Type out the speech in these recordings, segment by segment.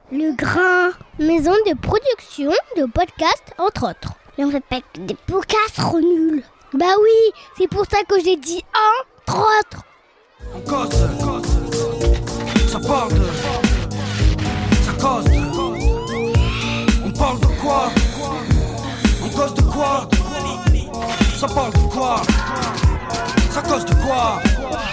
Le Grain, maison de production de podcasts, entre autres. Et on fait pas que des podcasts trop nuls. Bah oui, c'est pour ça que j'ai dit entre autres. On cause, ça parle de, ça cause de, on parle de quoi, on cause de quoi, ça parle de quoi, ça cause de quoi.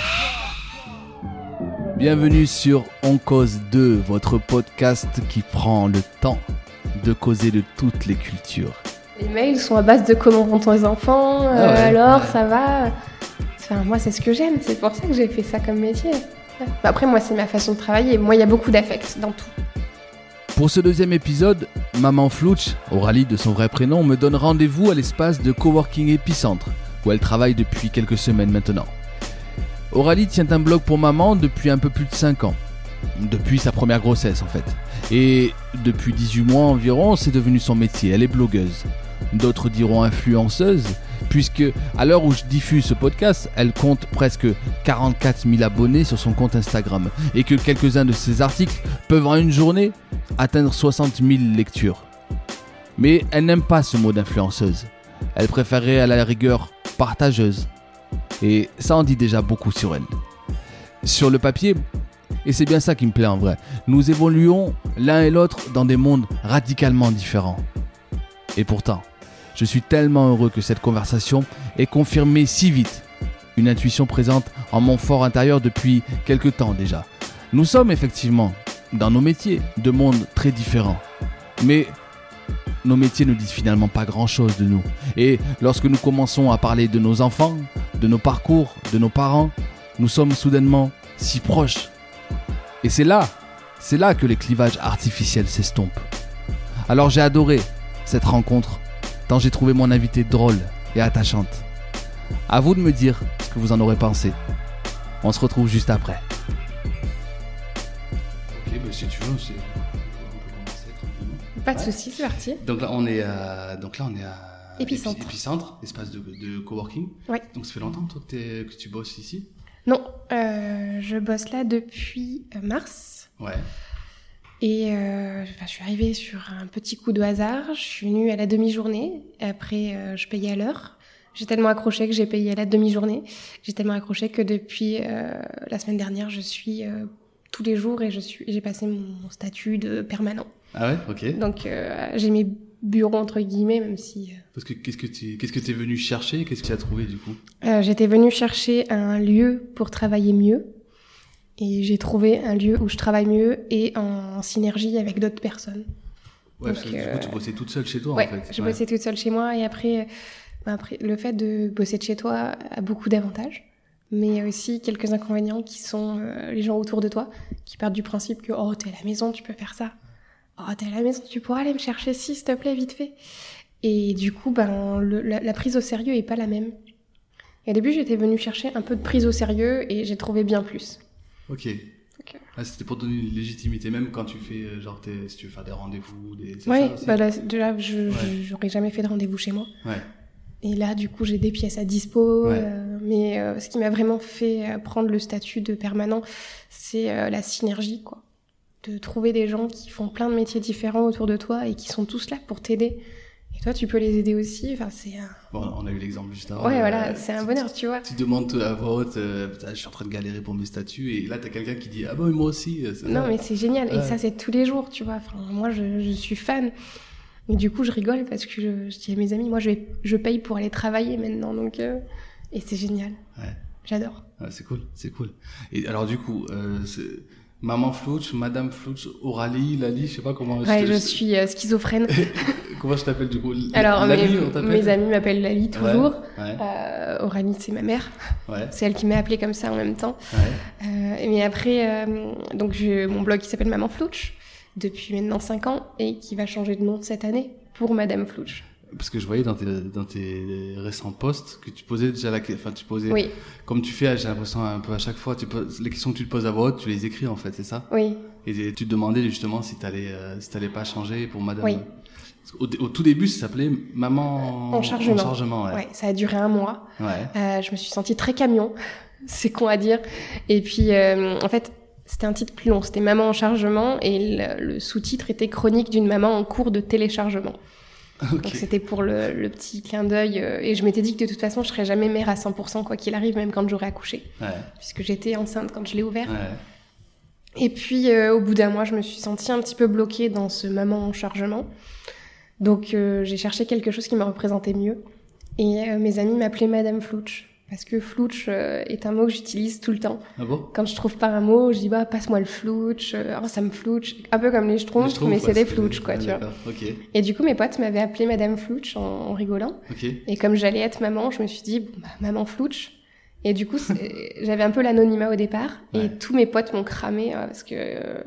Bienvenue sur On Cause 2, votre podcast qui prend le temps de causer de toutes les cultures. Les mails sont à base de comment vont tes enfants, ça va. Enfin, moi, c'est ce que j'aime, c'est pour ça que j'ai fait ça comme métier. Après, moi, c'est ma façon de travailler. Moi, il y a beaucoup d'affect dans tout. Pour ce deuxième épisode, Maman Flouch, Aurélie de son vrai prénom, me donne rendez-vous à l'espace de coworking Épicentre, où elle travaille depuis quelques semaines maintenant. Aurélie tient un blog pour maman depuis un peu plus de 5 ans. Depuis sa première grossesse en fait. Et depuis 18 mois environ, c'est devenu son métier, elle est blogueuse. D'autres diront influenceuse, puisque à l'heure où je diffuse ce podcast, elle compte presque 44 000 abonnés sur son compte Instagram. Et que quelques-uns de ses articles peuvent en une journée atteindre 60 000 lectures. Mais elle n'aime pas ce mot d'influenceuse. Elle préférerait à la rigueur partageuse. Et ça en dit déjà beaucoup sur elle. Sur le papier, et c'est bien ça qui me plaît en vrai, nous évoluons l'un et l'autre dans des mondes radicalement différents. Et pourtant, je suis tellement heureux que cette conversation ait confirmé si vite une intuition présente en mon fort intérieur depuis quelque temps déjà. Nous sommes effectivement, dans nos métiers, de mondes très différents. Mais nos métiers ne disent finalement pas grand-chose de nous. Et lorsque nous commençons à parler de nos enfants, de nos parcours, de nos parents, nous sommes soudainement si proches. Et c'est là que les clivages artificiels s'estompent. Alors j'ai adoré cette rencontre, tant j'ai trouvé mon invitée drôle et attachante. À vous de me dire ce que vous en aurez pensé. On se retrouve juste après. Ok, si tu veux, on peut commencer tranquillement. Pas de soucis, c'est parti. Donc là, on est à Épicentre, espace de coworking. Ouais. Donc ça fait longtemps toi, que tu bosses ici? Non, je bosse là depuis mars. Ouais. Et je suis arrivée sur un petit coup de hasard. Je suis venue à la demi-journée. Après, je payais à l'heure. J'ai tellement accroché que j'ai payé à la demi-journée. J'ai tellement accroché que depuis la semaine dernière, je suis tous les jours et j'ai passé mon statut de permanent. Ah ouais, ok. Donc j'ai mes bureaux entre guillemets, même si. Parce que qu'est-ce que t'es venu chercher? Qu'est-ce que tu as trouvé du coup? J'étais venue chercher un lieu pour travailler mieux. Et j'ai trouvé un lieu où je travaille mieux et en synergie avec d'autres personnes. Ouais, parce que du coup, tu bossais toute seule chez toi, ouais, en fait. Je bossais toute seule chez moi. Et après, le fait de bosser de chez toi a beaucoup d'avantages. Mais aussi quelques inconvénients qui sont les gens autour de toi, qui partent du principe que « Oh, t'es à la maison, tu peux faire ça. Oh, t'es à la maison, tu pourras aller me chercher ci, s'il te plaît, vite fait. » Et du coup, la prise au sérieux est pas la même. Et au début, j'étais venue chercher un peu de prise au sérieux et j'ai trouvé bien plus. Ok. Ah, c'était pour donner une légitimité, même quand tu fais, si tu veux faire des rendez-vous, ouais, déjà, j'aurais jamais fait de rendez-vous chez moi. Ouais. Et là, du coup, j'ai des pièces à dispo. Ouais. Mais ce qui m'a vraiment fait prendre le statut de permanent, c'est la synergie, quoi. De trouver des gens qui font plein de métiers différents autour de toi et qui sont tous là pour t'aider. Et toi, tu peux les aider aussi. Enfin, Bon, on a eu l'exemple juste avant. Ouais, voilà, c'est un bonheur, tu vois. Tu demandes à voix haute, je suis en train de galérer pour mes statuts, et là, t'as quelqu'un qui dit, ah bon, moi aussi. Non, mais c'est génial. Ouais. Et ça, c'est tous les jours, tu vois. Enfin, moi, je suis fan. Et du coup, je rigole parce que je dis à mes amis, moi, je paye pour aller travailler maintenant. Donc, et c'est génial. Ouais. J'adore. Ouais, c'est cool. Et alors, du coup, Maman Flouch, Madame Flouch, Aurélie, Lali, je sais pas comment... Ouais, je suis schizophrène. Comment je t'appelle du coup? Alors, mes amis m'appellent Lali toujours. Ouais. Aurélie, c'est ma mère. Ouais. C'est elle qui m'a appelée comme ça en même temps. Ouais. Mais après, donc j'ai mon blog qui s'appelle Maman Flouch depuis maintenant 5 ans et qui va changer de nom cette année pour Madame Flouch. Parce que je voyais dans tes récents posts que tu posais déjà oui. Comme tu fais, j'ai l'impression un peu à chaque fois, les questions que tu te poses à voix haute, tu les écris en fait, c'est ça? Oui. Et tu te demandais justement si t'allais pas changer pour Madame. Oui. Au tout début, ça s'appelait Maman en chargement. Ouais. Ça a duré 1 mois. Ouais. Je me suis sentie très camion, c'est con à dire. Et puis, en fait, C'était un titre plus long, c'était Maman en chargement, et le sous-titre était Chronique d'une maman en cours de téléchargement. Ok. Donc c'était pour le petit clin d'œil, et je m'étais dit que de toute façon je serais jamais mère à 100% quoi qu'il arrive, même quand j'aurais accouché, Ouais. puisque j'étais enceinte quand je l'ai ouvert. Ouais. Et puis au bout d'un mois, je me suis sentie un petit peu bloquée dans ce Maman en chargement. Donc j'ai cherché quelque chose qui me représentait mieux, et mes amis m'appelaient Madame Flouch. Parce que flouch est un mot que j'utilise tout le temps. Ah bon? Quand je trouve pas un mot, je dis passe-moi le flouch, ça me flouch, un peu comme les schtroumpfs, mais c'est des flouch quoi, tu vois. Ok. Et du coup mes potes m'avaient appelé Madame Flouch en rigolant. Ok. Et comme j'allais être maman, je me suis dit Maman Flouch. Et du coup j'avais un peu l'anonymat au départ, Ouais. et tous mes potes m'ont cramé parce que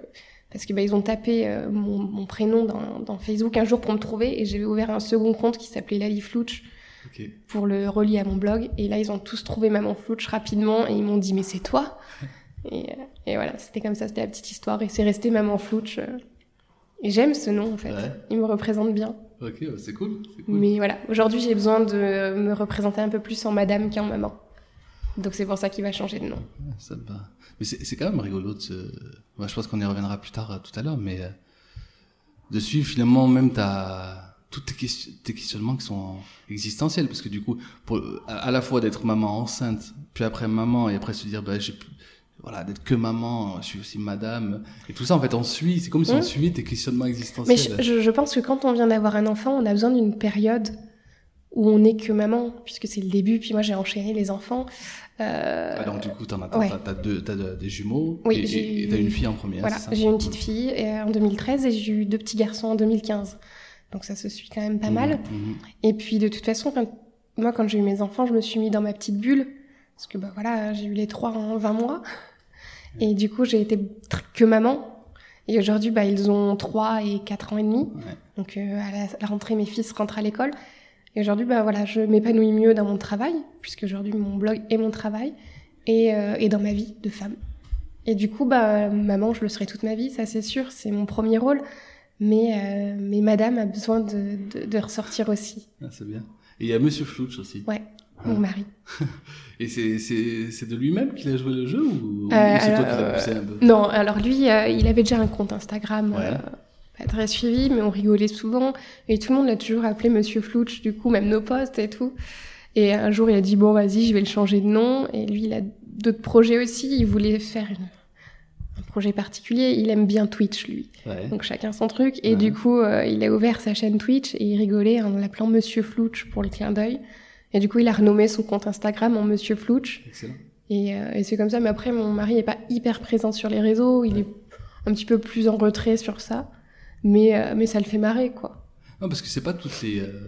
ils ont tapé mon prénom dans Facebook un jour pour me trouver, et j'avais ouvert un second compte qui s'appelait Lali Flouch. Ok. Pour le relier à mon blog, et là ils ont tous trouvé Maman Flouch rapidement, et ils m'ont dit mais c'est toi. Et voilà, c'était comme ça, c'était la petite histoire, et c'est resté Maman Flouch, et j'aime ce nom en fait. Ouais. Il me représente bien, Ok, c'est cool. C'est cool. mais voilà, aujourd'hui j'ai besoin de me représenter un peu plus en madame qu'en maman, donc c'est pour ça qu'il va changer de nom. Ouais, ça me va. Mais c'est quand même rigolo de se... Moi, je pense qu'on y reviendra plus tard tout à l'heure, mais de suivre finalement même tous tes questionnements qui sont existentiels, parce que du coup, à la fois d'être maman enceinte, puis après maman, et après se dire, voilà, d'être que maman, je suis aussi madame, et tout ça, en fait, on suit, c'est comme si on suivait tes questionnements Mais existentiels. je pense que quand on vient d'avoir un enfant, on a besoin d'une période où on n'est que maman, puisque c'est le début, puis moi j'ai enchaîné les enfants. Donc du coup, Ouais. t'as des jumeaux, Oui, et t'as une fille en première, Voilà, c'est ça? j'ai eu une petite fille en 2013, et j'ai eu 2 petits garçons en 2015. Donc ça se suit quand même pas mal. Mhm. Et puis de toute façon, moi quand j'ai eu mes enfants, je me suis mis dans ma petite bulle, parce que voilà, j'ai eu les 3 en 20 mois, et du coup j'ai été que maman. Et aujourd'hui, ils ont 3 et 4 ans et demi. Ouais. Donc à la rentrée, mes fils rentrent à l'école. Et aujourd'hui, voilà, je m'épanouis mieux dans mon travail, puisque aujourd'hui mon blog est mon travail, et dans ma vie de femme. Et du coup, maman, je le serai toute ma vie, ça c'est sûr, c'est mon premier rôle. Mais madame a besoin de ressortir aussi. Ah, c'est bien. Et il y a Monsieur Flouch aussi. Ouais, mon mari. Et c'est de lui-même qu'il a joué le jeu, ou c'est Alors, toi qui l'as poussé un peu? Non, alors lui, il avait déjà un compte Instagram, Ouais. pas très suivi, mais on rigolait souvent. Et tout le monde l'a toujours appelé Monsieur Flouch, du coup, même nos posts et tout. Et un jour, il a dit, bon, vas-y, je vais le changer de nom. Et lui, il a d'autres projets aussi. Il voulait faire un projet particulier. Il aime bien Twitch, lui. Ouais. Donc chacun son truc. Et Ouais. du coup, il a ouvert sa chaîne Twitch, et il rigolait en l'appelant Monsieur Flouch pour le clin d'œil. Et du coup, il a renommé son compte Instagram en Monsieur Flouch. Excellent. Et c'est comme ça. Mais après, mon mari est pas hyper présent sur les réseaux. Il est un petit peu plus en retrait sur ça. Mais ça le fait marrer, quoi. Non, parce que c'est pas toutes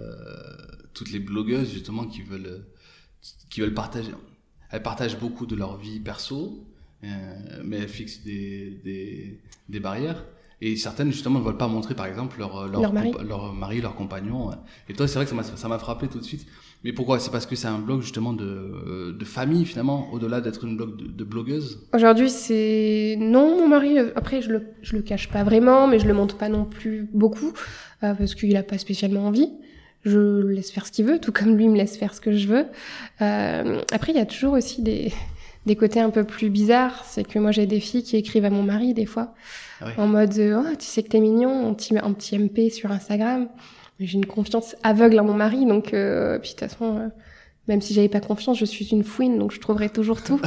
les blogueuses justement qui veulent partager. Elles partagent beaucoup de leur vie perso, mais elles fixent des barrières. Et certaines justement ne veulent pas montrer, par exemple, leur mari, leur compagnon. Et toi, c'est vrai que ça m'a frappé tout de suite. Mais pourquoi? C'est parce que c'est un blog justement de famille finalement, au-delà d'être une blog de blogueuse. Aujourd'hui, non, mon mari. Après, je le cache pas vraiment, mais je le montre pas non plus beaucoup parce qu'il a pas spécialement envie. Je le laisse faire ce qu'il veut, tout comme lui me laisse faire ce que je veux. Après, il y a toujours aussi des côtés un peu plus bizarres. C'est que moi, j'ai des filles qui écrivent à mon mari des fois, en mode oh, tu sais que t'es mignon, un petit MP sur Instagram. Mais j'ai une confiance aveugle en mon mari, donc puis de toute façon, même si j'avais pas confiance, je suis une fouine, donc je trouverai toujours tout.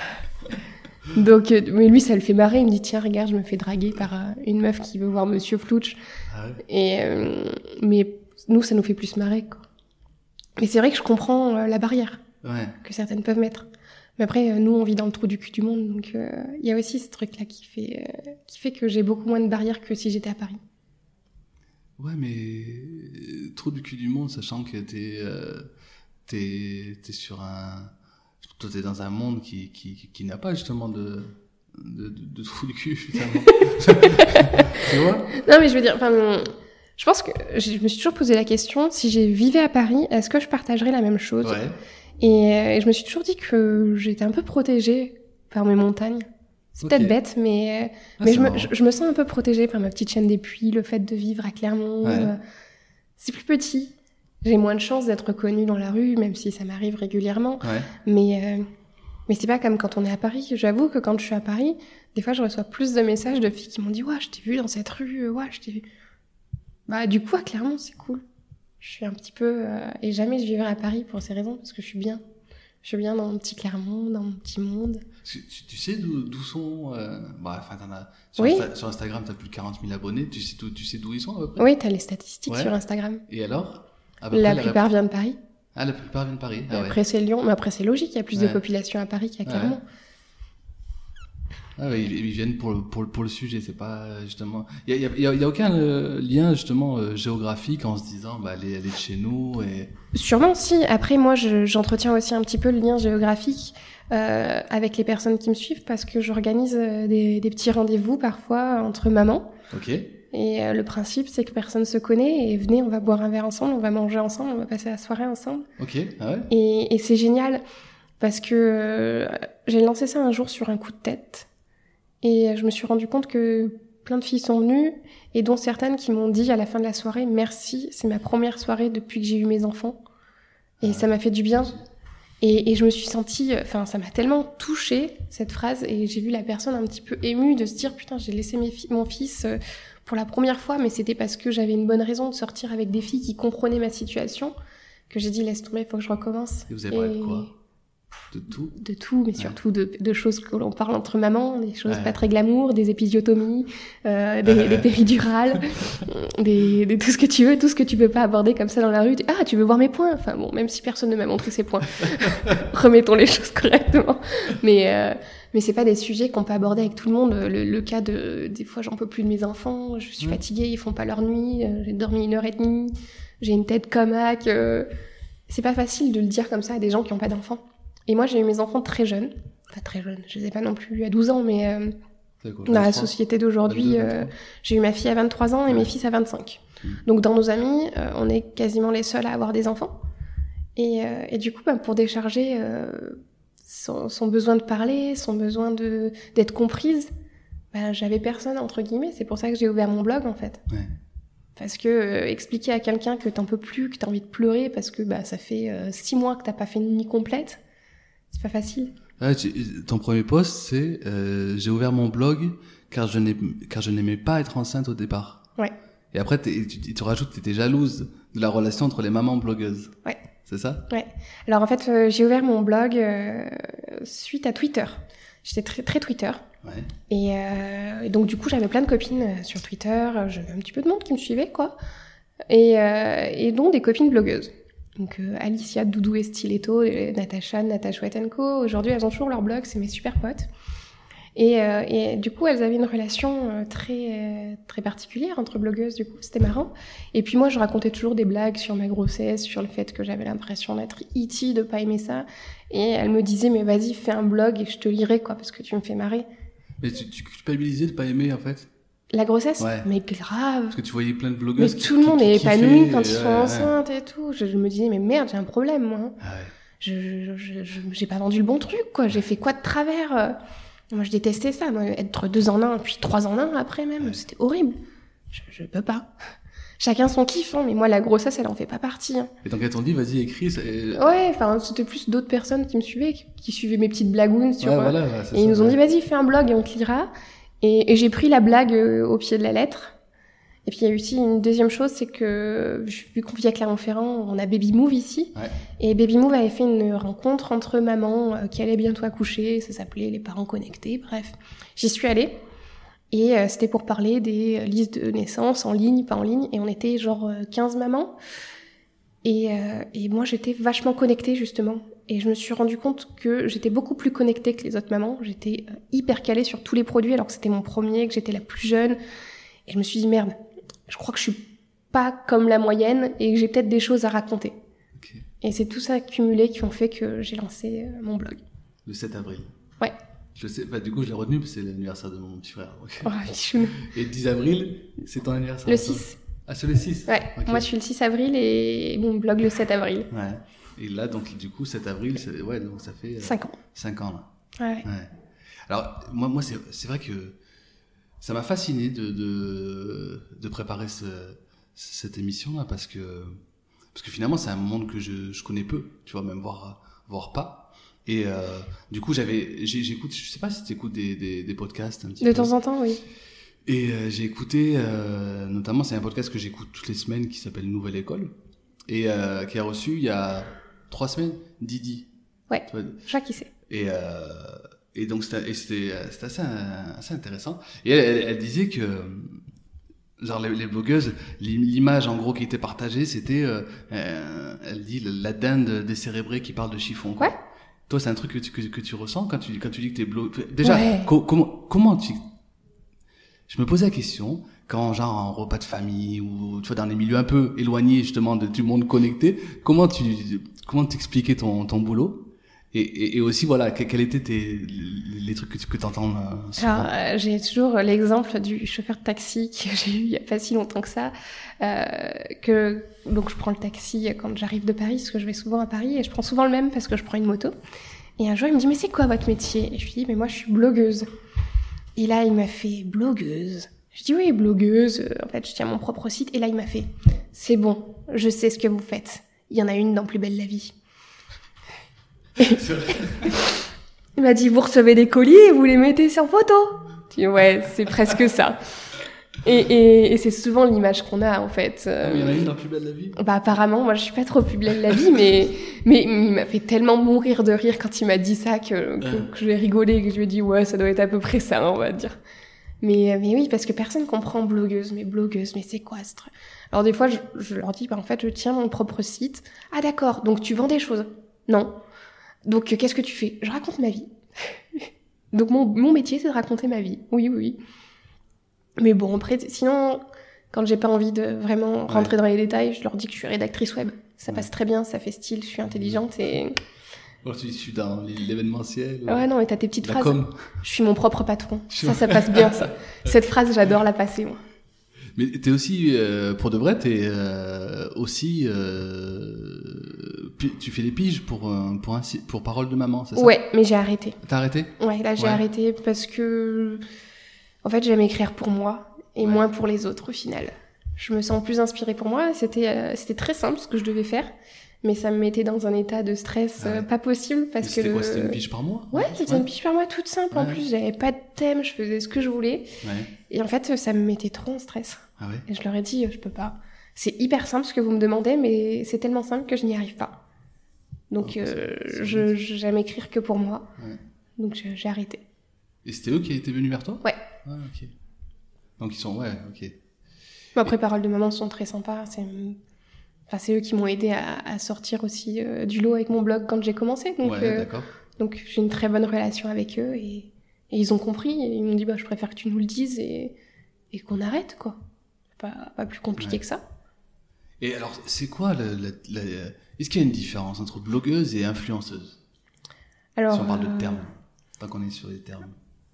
Donc, mais lui, ça le fait marrer. Il me dit tiens, regarde, je me fais draguer par une meuf qui veut voir Monsieur Flouch. Ah ouais. Et mais nous, ça nous fait plus marrer, quoi. Mais c'est vrai que je comprends la barrière que certaines peuvent mettre. Mais après, nous, on vit dans le trou du cul du monde, donc il y a aussi ce truc-là qui fait que j'ai beaucoup moins de barrières que si j'étais à Paris. Ouais, mais trop du cul du monde, sachant que t'es sur toi, t'es dans un monde qui n'a pas justement de trou du cul, finalement. Tu vois? Non, mais je veux dire, je pense que je me suis toujours posé la question, si je vivais à Paris, est-ce que je partagerais la même chose? Ouais. Et je me suis toujours dit que j'étais un peu protégée par mes montagnes. C'est peut-être bête, mais je me sens un peu protégée par ma petite chaîne des Puys, le fait de vivre à Clermont. Ouais. C'est plus petit. J'ai moins de chances d'être connue dans la rue, même si ça m'arrive régulièrement. Ouais. Mais Mais c'est pas comme quand on est à Paris. J'avoue que quand je suis à Paris, des fois, je reçois plus de messages de filles qui m'ont dit « Ouais, je t'ai vu dans cette rue, ouais, je t'ai vu. » Bah, du coup, à Clermont, c'est cool. Je suis un petit peu... et jamais je vivrai à Paris pour ces raisons, parce que je suis bien. Je suis bien dans mon petit Clermont, dans mon petit monde. Tu sais d'où sont... t'en as... Sur Instagram, t'as plus de 40 000 abonnés. Tu sais d'où ils sont, à peu près? Oui, t'as les statistiques sur Instagram. Et alors? La plupart viennent de Paris. Ah, la plupart viennent de Paris. Après, c'est Lyon. Mais après, c'est logique, il y a plus de population à Paris qu'à Clermont. Ah oui, ils viennent pour le sujet, c'est pas justement... Il y a aucun lien justement géographique en se disant elle est de chez nous et... Sûrement si. Après moi j'entretiens aussi un petit peu le lien géographique avec les personnes qui me suivent parce que j'organise des petits rendez-vous parfois entre mamans. Ok. Et le principe c'est que personne se connaît et venez, on va boire un verre ensemble, on va manger ensemble, on va passer la soirée ensemble. Ok, ah ouais. Et c'est génial parce que j'ai lancé ça un jour sur un coup de tête. Et je me suis rendu compte que plein de filles sont venues, et dont certaines qui m'ont dit à la fin de la soirée « Merci, c'est ma première soirée depuis que j'ai eu mes enfants. » Et ça m'a fait du bien. Et je me suis sentie... Enfin, ça m'a tellement touchée, cette phrase, et j'ai vu la personne un petit peu émue de se dire « Putain, j'ai laissé mon fils pour la première fois, mais c'était parce que j'avais une bonne raison de sortir avec des filles qui comprenaient ma situation, que j'ai dit « Laisse tomber, il faut que je recommence. » Et vous avez parlé de quoi ? De tout ? De tout, mais surtout de choses que l'on parle entre mamans, des choses pas très glamour, des épisiotomies, des péridurales, des tout ce que tu veux, tout ce que tu peux pas aborder comme ça dans la rue. Ah, tu veux voir mes poings ? Enfin bon, même si personne ne m'a montré ses poings. Remettons les choses correctement. Mais c'est pas des sujets qu'on peut aborder avec tout le monde. Le cas des fois j'en peux plus de mes enfants, je suis fatiguée, ils font pas leur nuit, j'ai dormi 1h30, j'ai une tête comaque. C'est pas facile de le dire comme ça à des gens qui ont pas d'enfants. Et moi, j'ai eu mes enfants très jeunes. Enfin, très jeunes. Je les ai pas non plus à 12 ans, mais dans la société d'aujourd'hui, j'ai eu ma fille à 23 ans et mes fils à 25. Donc, dans nos amis, on est quasiment les seuls à avoir des enfants. Et du coup, pour décharger son besoin de parler, son besoin d'être comprise, j'avais personne, entre guillemets. C'est pour ça que j'ai ouvert mon blog, en fait. Ouais. Parce que expliquer à quelqu'un que t'en peux plus, que t'as envie de pleurer parce que ça fait 6 mois que t'as pas fait une nuit complète, c'est pas facile. Ouais, ton premier post, c'est j'ai ouvert mon blog car je n'aimais pas être enceinte au départ. Ouais. Et après, tu rajoutes que t'étais jalouse de la relation entre les mamans blogueuses. Ouais. C'est ça ? Ouais. Alors en fait, j'ai ouvert mon blog suite à Twitter. J'étais très, très Twitter. Ouais. Et donc du coup, j'avais plein de copines sur Twitter. J'avais un petit peu de monde qui me suivait, quoi. Et dont des copines blogueuses. Donc Alicia, Doudou et Stiletto, Natacha Wet & Co. Aujourd'hui, elles ont toujours leur blog, c'est mes super potes. Et du coup, elles avaient une relation très très particulière entre blogueuses, du coup, c'était marrant. Et puis moi, je racontais toujours des blagues sur ma grossesse, sur le fait que j'avais l'impression d'être E.T., de pas aimer ça. Et elles me disaient, mais vas-y, fais un blog et je te lirai, quoi, parce que tu me fais marrer. Mais tu culpabilisais de pas aimer, en fait ? La grossesse ? Ouais. Mais grave. Parce que tu voyais plein de blogueuses. Mais tout le monde est épanoui quand ils sont enceintes et tout. Je me disais, mais merde, j'ai un problème, moi. Ah ouais. J'ai pas vendu le bon truc, quoi. J'ai fait quoi de travers ? Moi, je détestais ça. Moi, être 2 en 1, puis 3 en 1 après même, c'était horrible. Je peux pas. Chacun son kiff, hein, mais moi, la grossesse, elle en fait pas partie. Hein. Et donc, elles t'ont dit, vas-y, écris. Ouais, enfin, c'était plus d'autres personnes qui me suivaient, qui suivaient mes petites blagounes sur... et ils nous ont dit, vas-y, fais un blog et on te lira. Et j'ai pris la blague au pied de la lettre. Et puis il y a aussi une deuxième chose, c'est que vu qu'on vit à Clermont-Ferrand, on a Baby Move ici. Ouais. Et Baby Move avait fait une rencontre entre mamans qui allaient bientôt accoucher. Ça s'appelait Les Parents Connectés. Bref, j'y suis allée. Et c'était pour parler des listes de naissance en ligne, pas en ligne. Et on était genre 15 mamans. Et moi, j'étais vachement connectée, justement. Et je me suis rendu compte que j'étais beaucoup plus connectée que les autres mamans. J'étais hyper calée sur tous les produits, alors que c'était mon premier, que j'étais la plus jeune. Et je me suis dit, merde, je crois que je suis pas comme la moyenne et que j'ai peut-être des choses à raconter. Okay. Et c'est tout ça accumulé qui ont fait que j'ai lancé mon blog. Le 7 avril. Ouais. Je sais, du coup, je l'ai retenu parce que c'est l'anniversaire de mon petit frère. Okay. Oh, chou. Et le 10 avril, c'est ton anniversaire ? Le 6. Ah, c'est le 6 ? Ouais, okay. Moi je suis le 6 avril et mon blog le 7 avril. Ouais. Et là, donc, du coup, 7 avril, donc ça fait... 5 ans. 5 ans, là. Ouais. Alors, moi c'est vrai que ça m'a fasciné de préparer cette émission-là, parce que finalement, c'est un monde que je connais peu, tu vois, même voire pas. Et du coup, j'écoute, je sais pas si tu écoutes des podcasts un petit De peu. temps en temps, oui. Et j'ai écouté, notamment, c'est un podcast que j'écoute toutes les semaines qui s'appelle Nouvelle École et qui a reçu il y a 3 semaines Didi. Ouais, Tu vois. je sais qui c'est. Et donc c'était assez intéressant. Et elle disait que genre les blogueuses, l'image en gros qui était partagée, c'était elle dit la dinde décérébrée qui parle de chiffon. Quoi. Ouais. Toi, c'est un truc que tu ressens quand tu dis que t'es blogueuse. Déjà, Ouais. comment tu... Je me posais la question quand genre en repas de famille ou tu vois dans des milieux un peu éloignés justement du monde connecté, comment t'expliquais ton boulot? Et aussi, voilà, quels étaient les trucs que t'entends souvent? Alors, j'ai toujours l'exemple du chauffeur de taxi que j'ai eu il y a pas si longtemps que ça. Donc, je prends le taxi quand j'arrive de Paris, parce que je vais souvent à Paris, et je prends souvent le même parce que je prends une moto. Et un jour, il me dit, mais c'est quoi votre métier? Et je lui dis, mais moi, je suis blogueuse. Et là, il m'a fait, blogueuse? Je dis, oui, blogueuse. En fait, je tiens mon propre site. Et là, il m'a fait, c'est bon, je sais ce que vous faites. Il y en a une dans Plus belle la vie. Il m'a dit, vous recevez des colis et vous les mettez sur photo. Je dis, ouais, c'est presque ça. Et c'est souvent l'image qu'on a, en fait. Il y en a une dans Plus belle la vie? Bah, apparemment, moi, je suis pas trop Plus belle la vie, mais il m'a fait tellement mourir de rire quand il m'a dit ça que je vais rigoler, que je lui ai dit, ouais, ça doit être à peu près ça, on va dire. Mais oui, parce que personne comprend blogueuse, mais c'est quoi ce truc? Alors, des fois, je leur dis, bah, en fait, je tiens mon propre site. Ah, d'accord. Donc, tu vends des choses? Non. Donc, qu'est-ce que tu fais? Je raconte ma vie. Donc, mon métier, c'est de raconter ma vie. Oui. Mais bon, après, sinon, quand j'ai pas envie de vraiment rentrer dans les détails, je leur dis que je suis rédactrice web. Ça passe très bien, ça fait style, je suis intelligente et... Bon, je suis dans l'événementiel. Ouais, non, mais t'as tes petites phrases. Com. Je suis mon propre patron. Ça passe bien, ça. Cette phrase, j'adore la passer, moi. Mais t'es aussi, pour de vrai, aussi... tu fais des piges pour Parole de maman, c'est ça? Ouais, mais j'ai arrêté. T'as arrêté? Ouais, là, j'ai arrêté parce que... En fait, j'aime écrire pour moi et moins pour les autres, au final. Je me sens plus inspirée pour moi. C'était très simple, ce que je devais faire. Mais ça me mettait dans un état de stress pas possible parce que... C'était quoi? C'était une pige par mois? Ouais, c'était une pige par mois toute simple. En plus, j'avais pas de thème, je faisais ce que je voulais. Ouais. Et en fait, ça me mettait trop en stress. Ah ouais? Et je leur ai dit, je peux pas. C'est hyper simple ce que vous me demandez, mais c'est tellement simple que je n'y arrive pas. Donc, j'aime écrire que pour moi. Ouais. Donc, j'ai arrêté. Et c'était eux qui étaient venus vers toi? Ouais. Ah, ok. Donc, ils sont... Ouais, ok. Bon, après, Paroles de maman sont très sympas. C'est eux qui m'ont aidé à sortir aussi du lot avec mon blog quand j'ai commencé. Donc, d'accord. Donc j'ai une très bonne relation avec eux et ils ont compris. Et ils m'ont dit, je préfère que tu nous le dises et qu'on arrête, quoi. Pas plus compliqué que ça. Et alors, c'est quoi est-ce qu'il y a une différence entre blogueuse et influenceuse? Alors, si on parle de termes, tant qu'on est sur les termes.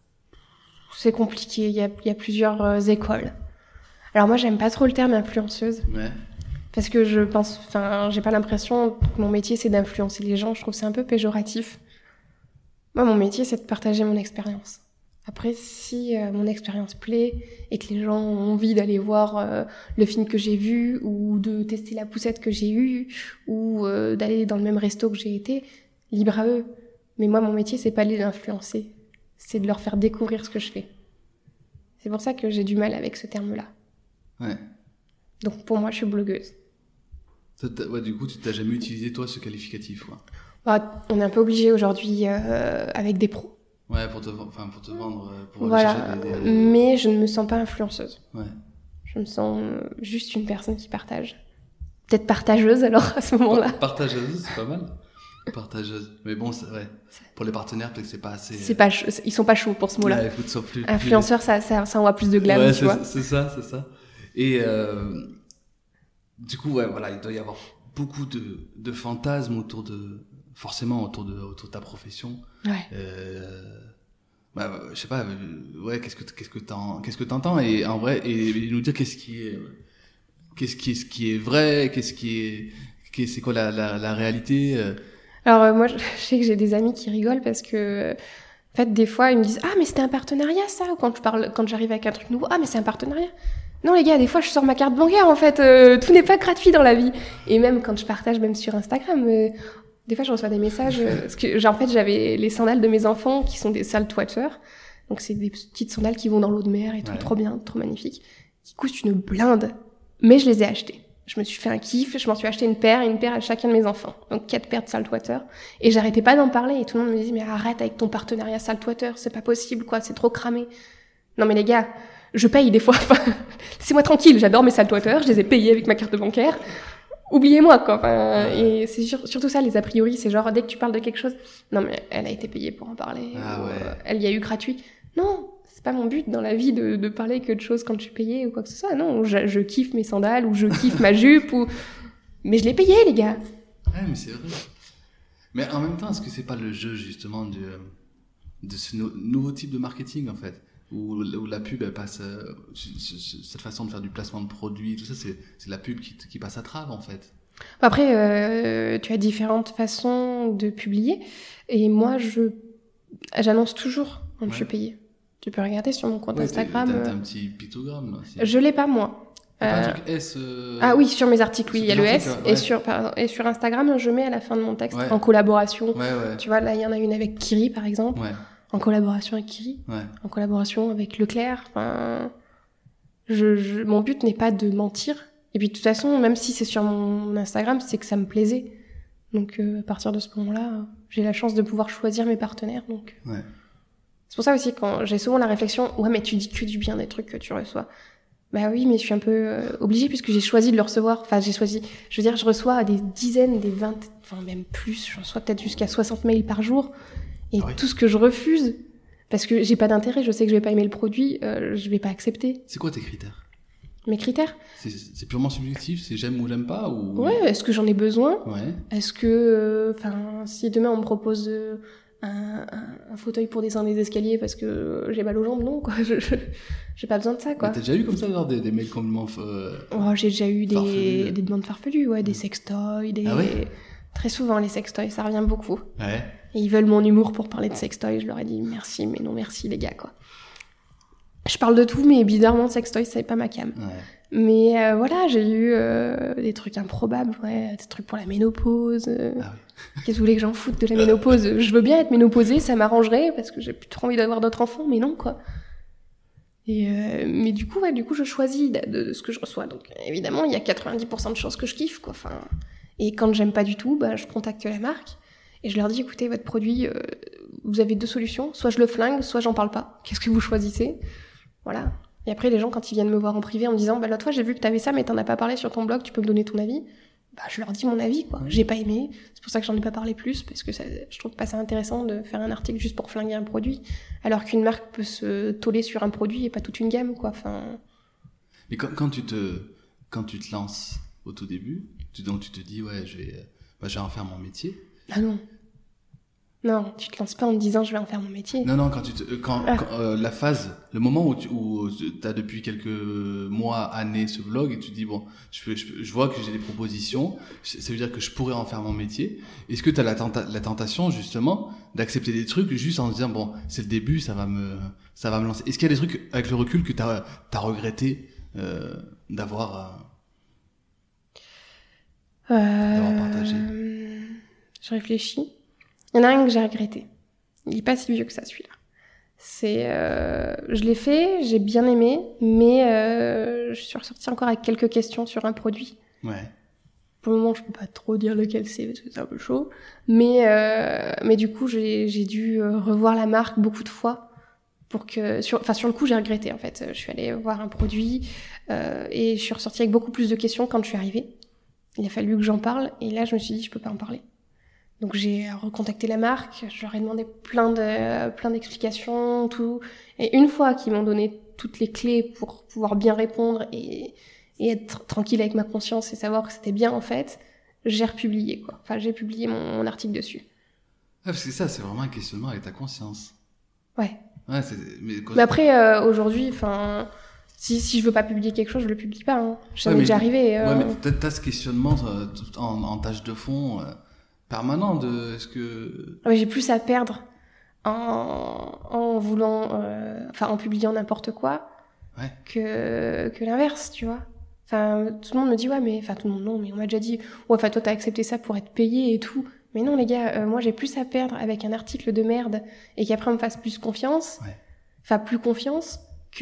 C'est compliqué, il y a plusieurs écoles. Alors moi, j'aime pas trop le terme influenceuse. Ouais. Parce que j'ai pas l'impression que mon métier, c'est d'influencer les gens. Je trouve que c'est un peu péjoratif. Moi, mon métier, c'est de partager mon expérience. Après, si mon expérience plaît et que les gens ont envie d'aller voir le film que j'ai vu ou de tester la poussette que j'ai eue ou d'aller dans le même resto que j'ai été, libre à eux. Mais moi, mon métier, c'est pas de les influencer. C'est de leur faire découvrir ce que je fais. C'est pour ça que j'ai du mal avec ce terme-là. Ouais. Donc, pour moi, je suis blogueuse. Ouais, du coup, tu t'as jamais utilisé, toi, ce qualificatif, quoi. On est un peu obligé aujourd'hui avec des pros. Ouais, pour te vendre, pour voilà. aller chercher des... Mais je ne me sens pas influenceuse. Ouais. Je me sens juste une personne qui partage. Peut-être partageuse, alors, à ce moment-là. Partageuse, c'est pas mal. Partageuse. Mais bon, ouais. Pour les partenaires, peut-être que c'est pas assez... Ils sont pas chauds pour ce mot-là. Ouais, il faut que ce soit plus... Influenceur, ça envoie plus de glam, ouais, tu vois. C'est ça. Et du coup, ouais, voilà, il doit y avoir beaucoup de fantasmes autour de ta profession. Ouais. Je sais pas, ouais, qu'est-ce que t'entends et en vrai et nous dire qu'est-ce qui est vrai, c'est quoi la réalité. Alors moi, je sais que j'ai des amis qui rigolent parce que en fait, des fois, ils me disent « Ah, mais c'était un partenariat, ça !» Quand j'arrive avec un truc nouveau. « Ah, mais c'est un partenariat !» Non, les gars, des fois, je sors ma carte bancaire, en fait. Tout n'est pas gratuit dans la vie. Et même quand je partage, même sur Instagram, Des fois, je reçois des messages, parce que, en fait, j'avais les sandales de mes enfants qui sont des saltwater. Donc, c'est des petites sandales qui vont dans l'eau de mer et tout, trop bien, trop magnifique, qui coûtent une blinde. Mais je les ai achetées. Je me suis fait un kiff, je m'en suis acheté une paire à chacun de mes enfants. Donc 4 paires de saltwater. Et j'arrêtais pas d'en parler. Et tout le monde me disait, mais arrête avec ton partenariat saltwater, c'est pas possible, quoi, c'est trop cramé. Non mais les gars, je paye des fois. Laissez-moi tranquille, j'adore mes saltwater, je les ai payés avec ma carte bancaire. Oubliez-moi, quoi. Enfin, et c'est surtout ça, les a priori, c'est genre, dès que tu parles de quelque chose, non mais elle a été payée pour en parler. Elle y a eu gratuit. Non, c'est pas mon but dans la vie de parler que de choses quand je suis payée ou quoi que ce soit. Non, je kiffe mes sandales ou je kiffe ma jupe mais je l'ai payé, les gars. Ouais, mais c'est vrai. Mais en même temps, est-ce que c'est pas le jeu justement de ce nouveau type de marketing en fait, où la pub elle passe cette façon de faire du placement de produits, tout ça, c'est la pub qui passe à travers en fait. Après, tu as différentes façons de publier et moi j'annonce toujours quand je suis payée. Tu peux regarder sur mon compte Instagram. T'as un petit pictogramme là. Je l'ai pas moi. Pas un truc S. Ah oui, sur mes articles, oui, il y a le S. Ouais. Et sur Instagram, je mets à la fin de mon texte en collaboration. Ouais. Tu vois, là, il y en a une avec Kiri, par exemple. Ouais. En collaboration avec Kiri. Ouais. En collaboration avec Leclerc. Enfin, mon but n'est pas de mentir. Et puis, de toute façon, même si c'est sur mon Instagram, c'est que ça me plaisait. Donc, à partir de ce moment-là, j'ai la chance de pouvoir choisir mes partenaires. Donc. Ouais. C'est pour ça aussi, quand j'ai souvent la réflexion, ouais, mais tu dis que du bien des trucs que tu reçois. Bah oui, mais je suis un peu obligée puisque j'ai choisi de le recevoir. Enfin, je veux dire, je reçois des dizaines, des 20, enfin même plus, je reçois peut-être jusqu'à 60 mails par jour. Et tout ce que je refuse, parce que j'ai pas d'intérêt, je sais que je vais pas aimer le produit, je vais pas accepter. C'est quoi tes critères ? Mes critères ? C'est purement subjectif, c'est j'aime ou j'aime pas ou... Ouais, est-ce que j'en ai besoin ? Ouais. Est-ce que, si demain on me propose un fauteuil pour descendre les escaliers parce que j'ai mal aux jambes, non, quoi. J'ai pas besoin de ça, quoi. Mais t'as déjà eu comme ça, genre, des mails complètement... j'ai déjà eu des demandes farfelues, ouais, des sextoys, Ah ouais ? Très souvent, les sextoys, ça revient beaucoup. Ouais. Et ils veulent mon humour pour parler de sextoys. Je leur ai dit merci, mais non merci, les gars, quoi. Je parle de tout, mais bizarrement, sextoys, c'est pas ma cam. Ouais. Mais voilà, j'ai eu des trucs improbables, ouais, des trucs pour la ménopause. Qu'est-ce que vous voulez que j'en foute de la ménopause ? Je veux bien être ménopausée, ça m'arrangerait, parce que j'ai plus trop envie d'avoir d'autres enfants, mais non, quoi. Et mais du coup, je choisis de ce que je reçois. Donc évidemment, il y a 90% de choses que je kiffe, quoi. Enfin, et quand j'aime pas du tout, je contacte la marque et je leur dis, écoutez, votre produit, vous avez 2 solutions, soit je le flingue, soit j'en parle pas. Qu'est-ce que vous choisissez ? Voilà. Et après, les gens, quand ils viennent me voir en privé en me disant, l'autre fois, j'ai vu que t'avais ça, mais t'en as pas parlé sur ton blog, tu peux me donner ton avis ? Je leur dis mon avis, quoi. J'ai pas aimé. C'est pour ça que j'en ai pas parlé plus, parce que je trouve pas ça intéressant de faire un article juste pour flinguer un produit, alors qu'une marque peut se toller sur un produit et pas toute une gamme, quoi. Enfin. Mais quand tu te lances au tout début, donc tu te dis, ouais, je vais en faire mon métier. Ah non. Non, tu te lances pas en te disant je vais en faire mon métier. Non, quand la phase, le moment où t'as depuis quelques mois, années ce blog et tu dis bon, je vois que j'ai des propositions, ça veut dire que je pourrais en faire mon métier. Est-ce que t'as la tentation justement d'accepter des trucs juste en se disant bon, c'est le début, ça va me lancer. Est-ce qu'il y a des trucs avec le recul que t'as regretté d'avoir partagé? Je réfléchis. Il y en a un que j'ai regretté. Il est pas si vieux que ça, celui-là. Je l'ai fait, j'ai bien aimé, mais je suis ressortie encore avec quelques questions sur un produit. Ouais. Pour le moment, je peux pas trop dire lequel c'est parce que c'est un peu chaud. Mais du coup, j'ai dû revoir la marque beaucoup de fois pour que sur le coup, j'ai regretté en fait. Je suis allée voir un produit et je suis ressortie avec beaucoup plus de questions quand je suis arrivée. Il a fallu que j'en parle et là, je me suis dit je peux pas en parler. Donc j'ai recontacté la marque, je leur ai demandé plein d'explications, tout. Et une fois qu'ils m'ont donné toutes les clés pour pouvoir bien répondre et être tranquille avec ma conscience et savoir que c'était bien en fait, j'ai republié, quoi. Enfin, j'ai publié mon article dessus. Ouais, parce que ça, c'est vraiment un questionnement avec ta conscience. Ouais. Ouais, mais après, aujourd'hui, enfin, si je veux pas publier quelque chose, je le publie pas. Hein. Ça m'est déjà arrivé. Ouais, mais peut-être t'as ce questionnement en tâche de fond permanent de est-ce que. Ouais, j'ai plus à perdre en voulant, en publiant n'importe quoi, que l'inverse, tu vois. Enfin, tout le monde me dit ouais, mais tout le monde non, mais on m'a déjà dit ouais, toi t'as accepté ça pour être payé et tout. Mais non, les gars, moi, j'ai plus à perdre avec un article de merde et qu'après, on me fasse plus confiance. Ouais. Enfin, plus confiance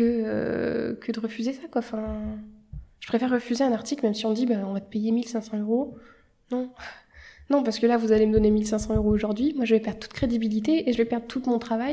que de refuser ça, quoi. Enfin, je préfère refuser un article, même si on me dit, on va te payer 1 500 €. Non. Non, parce que là, vous allez me donner 1 500 € aujourd'hui. Moi, je vais perdre toute crédibilité et je vais perdre tout mon travail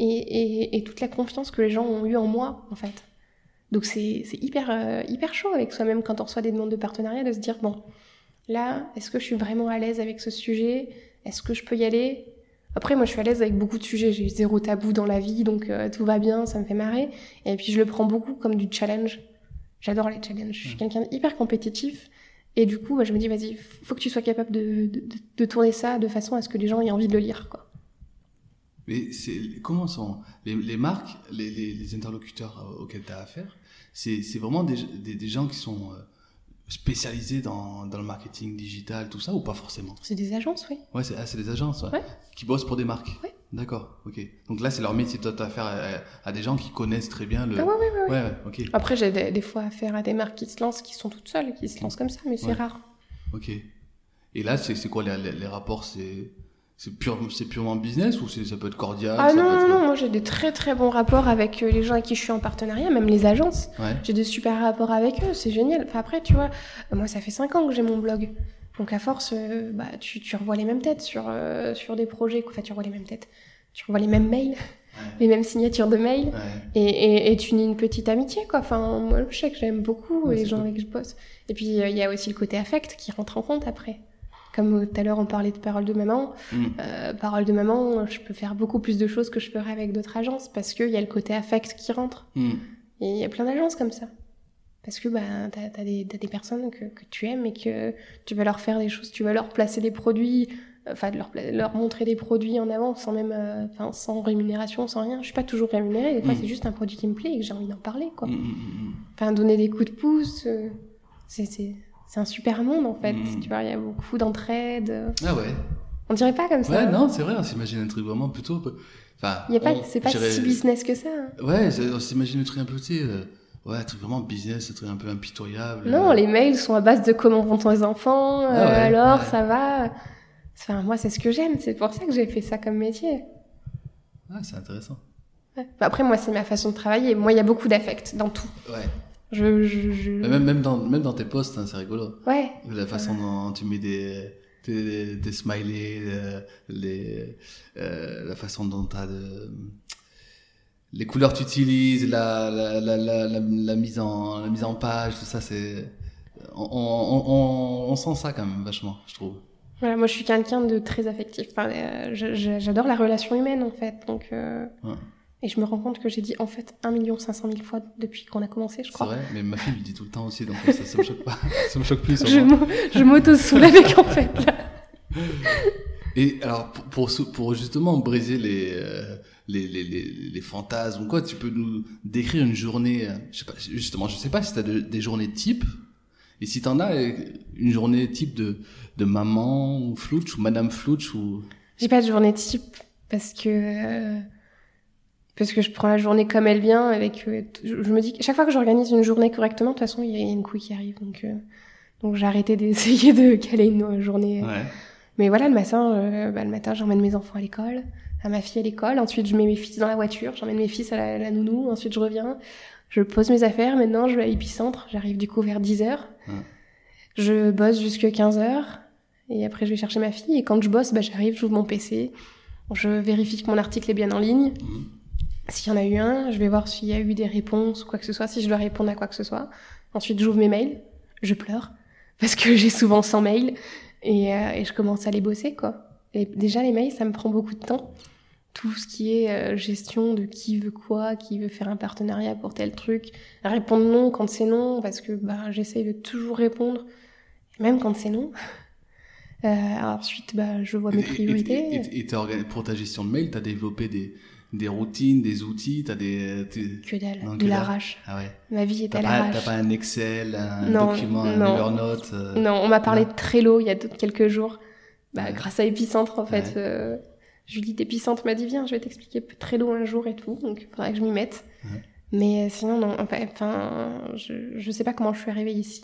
et toute la confiance que les gens ont eue en moi, en fait. Donc, c'est hyper chaud avec soi-même quand on reçoit des demandes de partenariat de se dire, bon, là, est-ce que je suis vraiment à l'aise avec ce sujet ? Est-ce que je peux y aller ? Après, moi, je suis à l'aise avec beaucoup de sujets. J'ai 0 tabou dans la vie, donc tout va bien, ça me fait marrer. Et puis, je le prends beaucoup comme du challenge. J'adore les challenges. Je suis quelqu'un d'hyper compétitif. Et du coup, je me dis, vas-y, faut que tu sois capable de tourner ça de façon à ce que les gens aient envie de le lire, quoi. Mais comment sont les marques, les interlocuteurs auxquels tu as affaire, c'est vraiment des gens qui sont spécialisés dans le marketing digital, tout ça, ou pas forcément ? C'est des agences, oui. Ouais, c'est des agences, Ouais. Qui bossent pour des marques. Ouais. D'accord, ok. Donc là, c'est leur métier. Toi, tu as affaire à des gens qui connaissent très bien le... Ah ouais. Ouais, ok. Après, j'ai des fois affaire à des marques qui se lancent, qui sont toutes seules, qui se lancent comme ça, mais c'est rare. Ok. Et là, c'est quoi les rapports ? C'est purement business ou ça peut être cordial ? Ah ça peut être... non, moi j'ai des très très bons rapports avec les gens avec qui je suis en partenariat, même les agences. Ouais. J'ai des super rapports avec eux, c'est génial. Enfin, après, tu vois, moi ça fait 5 ans que j'ai mon blog. Donc à force, tu revois les mêmes têtes sur des projets. Enfin, tu revois les mêmes têtes. Tu revois les mêmes mails, les mêmes signatures de mails. Et tu nies une petite amitié, quoi. Enfin, moi je sais que j'aime beaucoup les gens avec qui je bosse. Et puis il y a aussi le côté affect qui rentre en compte après. Comme tout à l'heure, on parlait de Parole de maman. Parole de maman, je peux faire beaucoup plus de choses que je ferais avec d'autres agences parce qu'il y a le côté affect qui rentre. Et il y a plein d'agences comme ça. Parce que t'as des personnes que tu aimes et que tu vas leur faire des choses, tu vas leur placer des produits, enfin leur montrer des produits en avant sans même, sans rémunération, sans rien. Je suis pas toujours rémunérée. Des fois, c'est juste un produit qui me plaît et que j'ai envie d'en parler, quoi. Enfin, donner des coups de pouce, c'est un super monde, en fait. Tu vois, il y a beaucoup d'entraide. Ah ouais. On dirait pas comme ça. Ouais, non, c'est vrai, on s'imagine un truc vraiment plutôt... Enfin, c'est pas si business que ça. Hein. Ouais, on s'imagine un truc un peu, tu sais... un truc vraiment business, un truc un peu impitoyable. Non, les mails sont à base de comment vont tes enfants, ça va... Enfin, moi, c'est ce que j'aime. C'est pour ça que j'ai fait ça comme métier. Ah, c'est intéressant. Ouais. Après, moi, c'est ma façon de travailler. Moi, il y a beaucoup d'affect dans tout. Ouais. Même dans tes posts, hein, c'est rigolo. Ouais. La façon dont tu mets des smileys, la façon dont t'as les couleurs que tu utilises, la mise en page, tout ça, c'est on sent ça quand même vachement, je trouve. Voilà, moi je suis quelqu'un de très affectif. Enfin, j'adore la relation humaine en fait, donc. Et je me rends compte que j'ai dit en fait 1 500 000 fois depuis qu'on a commencé, je crois. C'est vrai, mais ma fille lui dit tout le temps aussi, donc ça me choque pas. Ça me choque plus. Je m'auto-soule avec en fait. Là. Et alors pour justement briser les fantasmes ou quoi, tu peux nous décrire une journée, je sais pas si t'as des journées types, et si t'en as une journée type de maman Flutsch ou madame Flutsch ou... J'ai pas de journée type parce que je prends la journée comme elle vient avec je me dis chaque fois que j'organise une journée correctement, de toute façon il y a une couille qui arrive, donc j'ai arrêté d'essayer de caler une journée. Ouais. Mais voilà, le matin j'emmène mes enfants à l'école, à ma fille à l'école, ensuite je mets mes fils dans la voiture, j'emmène mes fils à la nounou, ensuite je reviens, je pose mes affaires, maintenant je vais à l'épicentre, j'arrive du coup vers 10h, je bosse jusque 15h, et après je vais chercher ma fille, et quand je bosse, j'arrive, j'ouvre mon PC, je vérifie que mon article est bien en ligne, s'il y en a eu un, je vais voir s'il y a eu des réponses ou quoi que ce soit, si je dois répondre à quoi que ce soit, ensuite j'ouvre mes mails, je pleure, parce que j'ai souvent 100 mails, et je commence à les bosser, quoi. Et déjà, les mails, ça me prend beaucoup de temps. Tout ce qui est gestion de qui veut quoi, qui veut faire un partenariat pour tel truc. Répondre non quand c'est non, parce que j'essaye de toujours répondre, même quand c'est non. Ensuite, je vois mes priorités. Et pour ta gestion de mail, t'as développé des routines, des outils, Que dalle, de l'arrache. Ah ouais. Ma vie est à l'arrache. T'as pas un Excel, document, un Evernote Non, on m'a parlé de Trello il y a quelques jours. Grâce à Épicentre, en fait. Julie d'Épicentre m'a dit, viens, je vais t'expliquer Trello un jour et tout. Donc, il faudrait que je m'y mette. Mais sinon, non. Enfin, je sais pas comment je suis arrivée ici.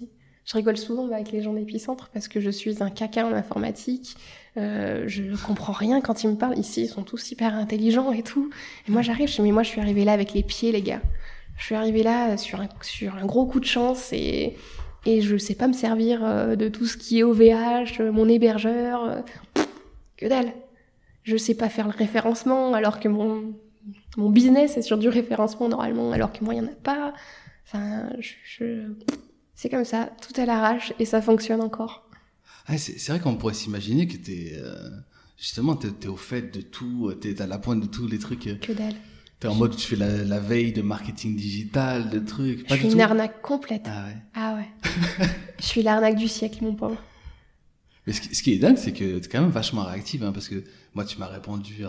Je rigole souvent avec les gens d'Épicentre parce que je suis un caca en informatique. Je comprends rien quand ils me parlent. Ici, ils sont tous hyper intelligents et tout. Et moi, j'arrive, mais moi, je suis arrivée là avec les pieds, les gars. Je suis arrivée là sur un gros coup de chance et je sais pas me servir de tout ce qui est OVH, mon hébergeur. Que dalle. Je sais pas faire le référencement alors que mon business est sur du référencement normalement, alors que moi, il y en a pas. Enfin, c'est comme ça, tout à l'arrache, et ça fonctionne encore. Ah, c'est vrai qu'on pourrait s'imaginer que justement, t'es au fait de tout, t'es à la pointe de tous les trucs. Que dalle. T'es en mode, tu fais la veille de marketing digital, de trucs. Je suis une arnaque complète. Ah ouais. Ah ouais. Je suis l'arnaque du siècle, mon pauvre. Mais ce qui est dingue, c'est que t'es quand même vachement réactive, hein, parce que moi, tu m'as répondu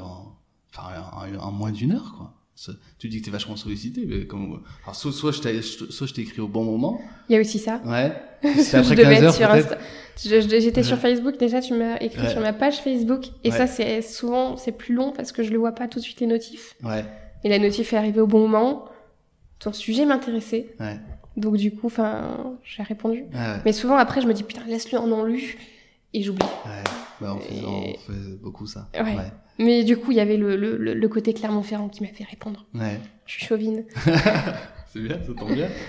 en moins d'1 heure, quoi. Tu dis que t'es vachement sollicité, mais alors soit je t'ai écrit au bon moment. Il y a aussi ça. Ouais. C'est après je devais 15 heures, être sur peut-être. J'étais sur Facebook, déjà tu m'as écrit sur ma page Facebook, et ça c'est souvent, c'est plus long parce que je le vois pas tout de suite les notifs. Ouais. Et la notif est arrivée au bon moment. Ton sujet m'intéressait. Ouais. Donc du coup, j'ai répondu. Ouais. Mais souvent après, je me dis putain, laisse-le en non-lu, et j'oublie. Ouais. Bah, on fait beaucoup ça. Ouais. Mais du coup, il y avait le côté Clermont-Ferrand qui m'a fait répondre. Ouais. Je suis chauvine. C'est bien, ça tombe bien.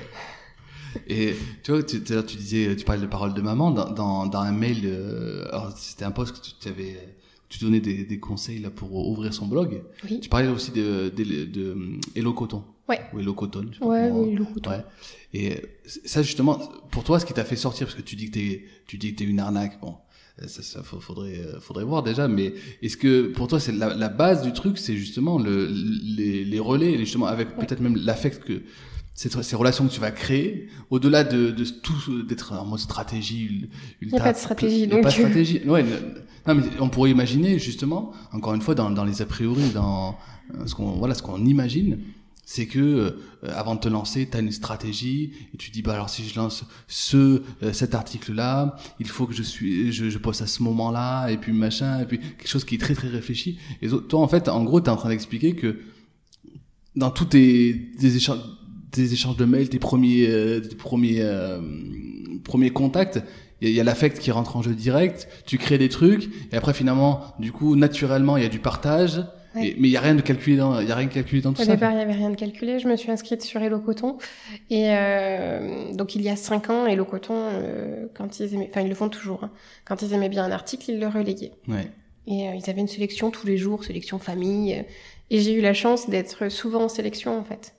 Et tu vois, tu disais, tu parlais de paroles de maman dans un mail. Alors c'était un post que tu donnais des conseils là pour ouvrir son blog. Oui. Tu parlais aussi de Hello Coton. Ouais. Ou Hello Coton. Je sais pas Ouais, comment. oui, Hello Coton. Ouais. Et ça justement, pour toi, ce qui t'a fait sortir, parce que tu dis que t'es une arnaque. Bon. Ça faudrait voir déjà, mais est-ce que pour toi c'est la base du truc, c'est justement les relais, justement avec peut-être même l'affect que ces relations que tu vas créer, au-delà de tout d'être en mode stratégie. Il n'y a pas de stratégie. Il n'y a pas de stratégie. Ouais, non, mais on pourrait imaginer justement, encore une fois, dans les a priori, dans ce qu'on imagine. C'est que avant de te lancer, tu as une stratégie et tu dis bah alors si je lance cet article là, il faut que je poste à ce moment-là et puis machin et puis quelque chose qui est très très réfléchi. Et toi en fait en gros tu es en train d'expliquer que dans tous tes échanges de mails, tes premiers contacts, il y a l'affect qui rentre en jeu direct, tu crées des trucs et après finalement du coup naturellement il y a du partage. Ouais. Mais il y a rien de calculé dans tout ça. Au départ, il y avait rien de calculé. Je me suis inscrite sur Hello Coton et donc il y a 5 ans, Hello Coton, quand ils aimaient, enfin ils le font toujours. Hein, quand ils aimaient bien un article, ils le relayaient. Ouais. Et ils avaient une sélection tous les jours, sélection famille. Et j'ai eu la chance d'être souvent en sélection en fait.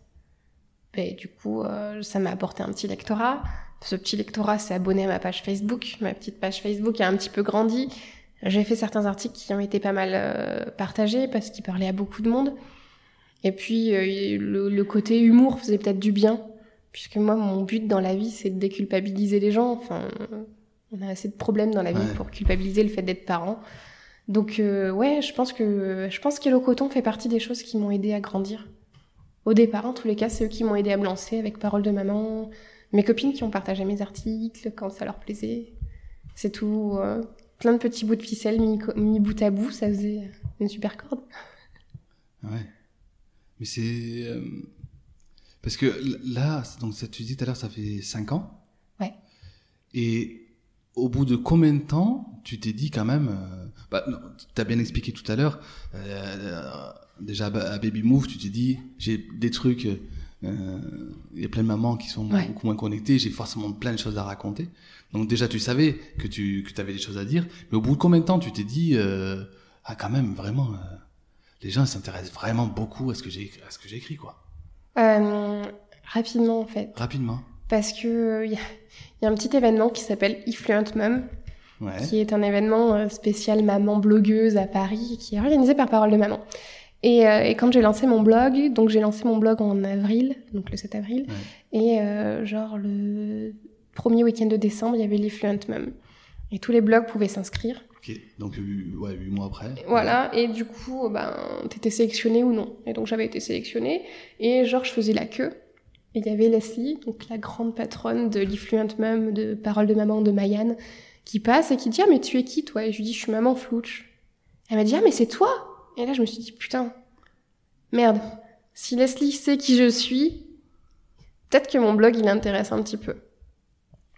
Et du coup, ça m'a apporté un petit lectorat. Ce petit lectorat s'est abonné à ma page Facebook. Ma petite page Facebook a un petit peu grandi. J'ai fait certains articles qui ont été pas mal partagés parce qu'ils parlaient à beaucoup de monde. Et puis, le côté humour faisait peut-être du bien. Puisque moi, mon but dans la vie, c'est de déculpabiliser les gens. Enfin, on a assez de problèmes dans la vie pour culpabiliser le fait d'être parent. Donc, je pense qu'Hello Coton fait partie des choses qui m'ont aidé à grandir. Au départ, en tous les cas, c'est eux qui m'ont aidé à me lancer avec Paroles de maman. Mes copines qui ont partagé mes articles quand ça leur plaisait. C'est tout... plein de petits bouts de ficelle mis bout à bout, ça faisait une super corde. Ouais. Mais c'est... Parce que là, donc ça, tu dis tout à l'heure, ça fait 5 ans. Ouais. Et au bout de combien de temps, tu t'es dit quand même... tu as bien expliqué tout à l'heure, déjà à Baby Move, tu t'es dit, j'ai des trucs... Il y a plein de mamans qui sont beaucoup moins connectées, j'ai forcément plein de choses à raconter. Donc déjà tu savais que tu avais des choses à dire, mais au bout de combien de temps tu t'es dit quand même vraiment les gens s'intéressent vraiment beaucoup à ce que j'écris quoi. Rapidement en fait. Rapidement. Parce que il y a un petit événement qui s'appelle Ifluent Mom, qui est un événement spécial maman blogueuse à Paris qui est organisé par Paroles de maman. Et quand j'ai lancé mon blog, donc j'ai lancé mon blog en avril, donc le 7 avril, et genre le premier week-end de décembre, il y avait l'Ifluent Mom. Et tous les blogs pouvaient s'inscrire. Ok, donc 8 mois après. Voilà, et du coup, t'étais sélectionné ou non. Et donc j'avais été sélectionnée, et genre je faisais la queue. Et il y avait Leslie, donc la grande patronne de l'Ifluent Mom, de Paroles de maman de Mayenne, qui passe et qui dit « Ah mais tu es qui toi ?» Et je lui dis « Je suis maman Flouch. » Elle m'a dit « Ah mais c'est toi !» Et là, je me suis dit, putain, merde, si Leslie sait qui je suis, peut-être que mon blog, il l'intéresse un petit peu.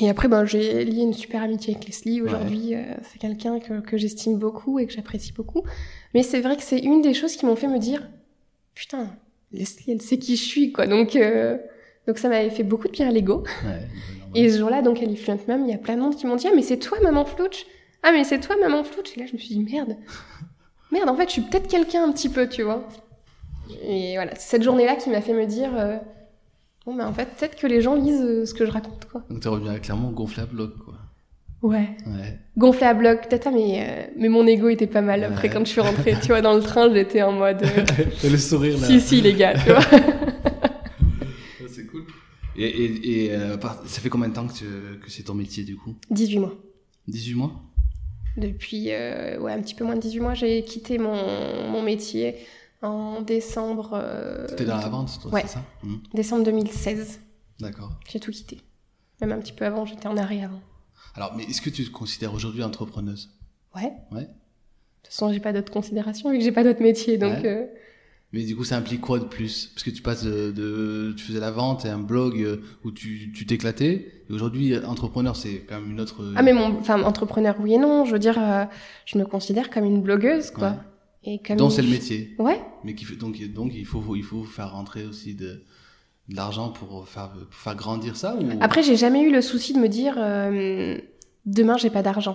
Et après, j'ai lié une super amitié avec Leslie. Aujourd'hui, c'est quelqu'un que j'estime beaucoup et que j'apprécie beaucoup. Mais c'est vrai que c'est une des choses qui m'ont fait me dire, putain, Leslie, elle sait qui je suis, quoi. Donc ça m'avait fait beaucoup de bien à l'ego. Ouais, et ce jour-là, donc, à l'Influent Mom, il y a plein de monde qui m'ont dit, ah, mais c'est toi, maman Flouch. Ah, mais c'est toi, maman Flouch. Et là, je me suis dit, merde, en fait, je suis peut-être quelqu'un un petit peu, tu vois. Et voilà, c'est cette journée-là qui m'a fait me dire, bon, en fait, peut-être que les gens lisent ce que je raconte, quoi. Donc t'es revenu clairement gonflé à bloc, quoi. Ouais. Gonflé à bloc, peut-être, mais mon ego était pas mal. Après, quand je suis rentrée, tu vois, dans le train, j'étais en mode... T'as le sourire, là. Si, les gars, tu vois. C'est cool. Et ça fait combien de temps que c'est ton métier, du coup? 18 mois. 18 mois? Depuis, un petit peu moins de 18 mois, j'ai quitté mon métier en décembre... T'étais dans la vente, toi, ouais. C'est ça? Décembre 2016. D'accord. J'ai tout quitté. Même un petit peu avant, j'étais en arrêt avant. Alors, mais est-ce que tu te considères aujourd'hui entrepreneuse? Ouais. De toute façon, j'ai pas d'autres considérations vu que j'ai pas d'autre métier, donc... Mais du coup, ça implique quoi de plus? Parce que tu passes tu faisais la vente et un blog où tu t'éclatais. Et aujourd'hui, entrepreneur, c'est quand même une autre... Ah, mais entrepreneur, oui et non. Je veux dire, je me considère comme une blogueuse, quoi. Ouais. Et comme donc, c'est le métier. Ouais. Mais donc il faut faire rentrer aussi de l'argent pour faire grandir ça ou... Après, j'ai jamais eu le souci de me dire demain, j'ai pas d'argent.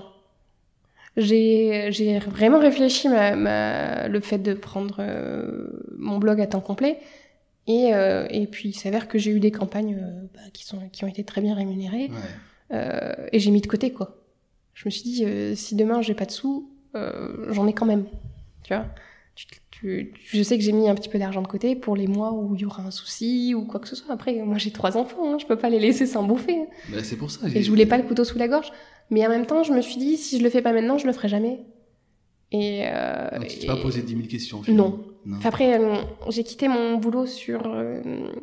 J'ai vraiment réfléchi le fait de prendre mon blog à temps complet et puis il s'avère que j'ai eu des campagnes qui ont été très bien rémunérées et j'ai mis de côté, quoi. Je me suis dit si demain j'ai pas de sous, j'en ai quand même, tu vois. Je sais que j'ai mis un petit peu d'argent de côté pour les mois où il y aura un souci ou quoi que ce soit. Après, moi j'ai 3 enfants, hein, je peux pas les laisser sans bouffer. Ben, c'est pour ça. Et je voulais pas le couteau sous la gorge. Mais en même temps, je me suis dit, si je le fais pas maintenant, je le ferai jamais. Donc, tu t'es pas posé 10 000 questions, finalement. Non. Enfin, après, j'ai quitté mon boulot sur... En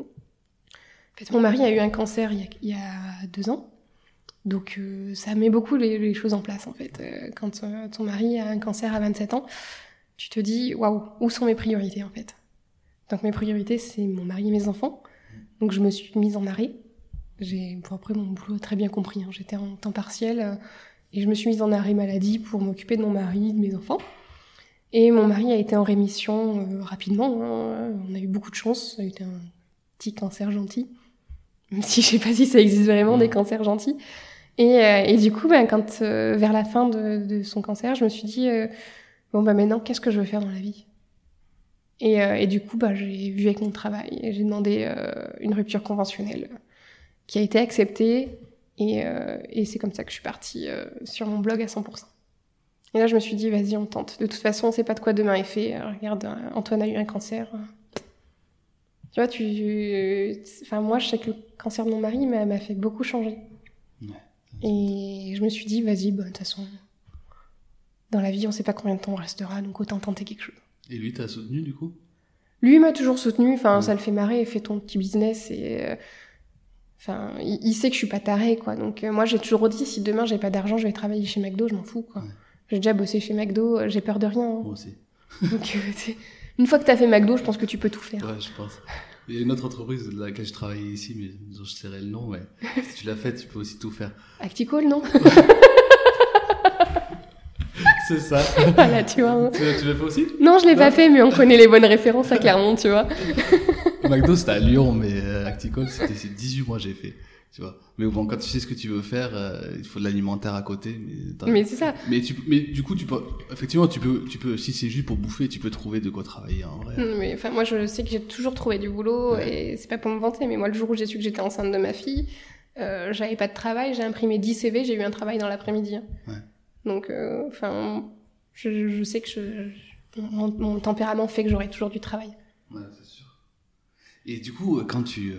fait, mon mari a eu un cancer il y a 2 ans. Donc, ça met beaucoup les choses en place, en fait. Quand ton mari a un cancer à 27 ans, tu te dis, waouh, où sont mes priorités, en fait? Donc, mes priorités, c'est mon mari et mes enfants. Donc, je me suis mise en arrêt. Après mon boulot très bien compris, hein. J'étais en temps partiel et je me suis mise en arrêt maladie pour m'occuper de mon mari, de mes enfants. Et mon mari a été en rémission rapidement, hein. On a eu beaucoup de chance, ça a été un petit cancer gentil, même si je sais pas si ça existe vraiment des cancers gentils. Et du coup, quand vers la fin de son cancer, je me suis dit maintenant qu'est-ce que je veux faire dans la vie? Et du coup, j'ai vu avec mon travail et j'ai demandé une rupture conventionnelle qui a été acceptée et c'est comme ça que je suis partie sur mon blog à 100%. Et là, je me suis dit, vas-y, on tente. De toute façon, on sait pas de quoi demain est fait. Regarde, Antoine a eu un cancer. Tu vois, moi, je sais que le cancer de mon mari m'a fait beaucoup changer. Ouais. Et je me suis dit, vas-y, de toute façon, dans la vie, on sait pas combien de temps on restera, donc autant tenter quelque chose. Et lui, t'as soutenu, du coup? Lui, il m'a toujours soutenu. Enfin, ça le fait marrer. Fais ton petit business et... il sait que je suis pas tarée, quoi. Donc, moi, j'ai toujours dit, si demain j'ai pas d'argent, je vais travailler chez McDo, je m'en fous, quoi. Ouais. J'ai déjà bossé chez McDo, j'ai peur de rien. Hein. Moi aussi. Donc, une fois que t'as fait McDo, je pense que tu peux tout faire. Ouais, je pense. Il y a une autre entreprise de laquelle je travaillais ici, mais dont je tairai le nom, mais si tu l'as fait, tu peux aussi tout faire. Acticall, non? C'est ça. Voilà, tu vois. Hein. Tu l'as fait aussi? Non, je l'ai pas fait, mais on connaît les bonnes références à Clermont, tu vois. McDo, c'était à Lyon, mais Acticall, c'est 18 mois j'ai fait. Tu vois. Mais bon, quand tu sais ce que tu veux faire, il faut de l'alimentaire à côté. Mais c'est ça. Mais du coup, effectivement, tu peux, si c'est juste pour bouffer, tu peux trouver de quoi travailler, en vrai. Mais moi, je sais que j'ai toujours trouvé du boulot, et c'est pas pour me vanter, mais moi, le jour où j'ai su que j'étais enceinte de ma fille, j'avais pas de travail, j'ai imprimé 10 CV, j'ai eu un travail dans l'après-midi. Hein. Ouais. Donc, je sais que mon tempérament fait que j'aurai toujours du travail. Ouais, c'est sûr. Et du coup, quand tu...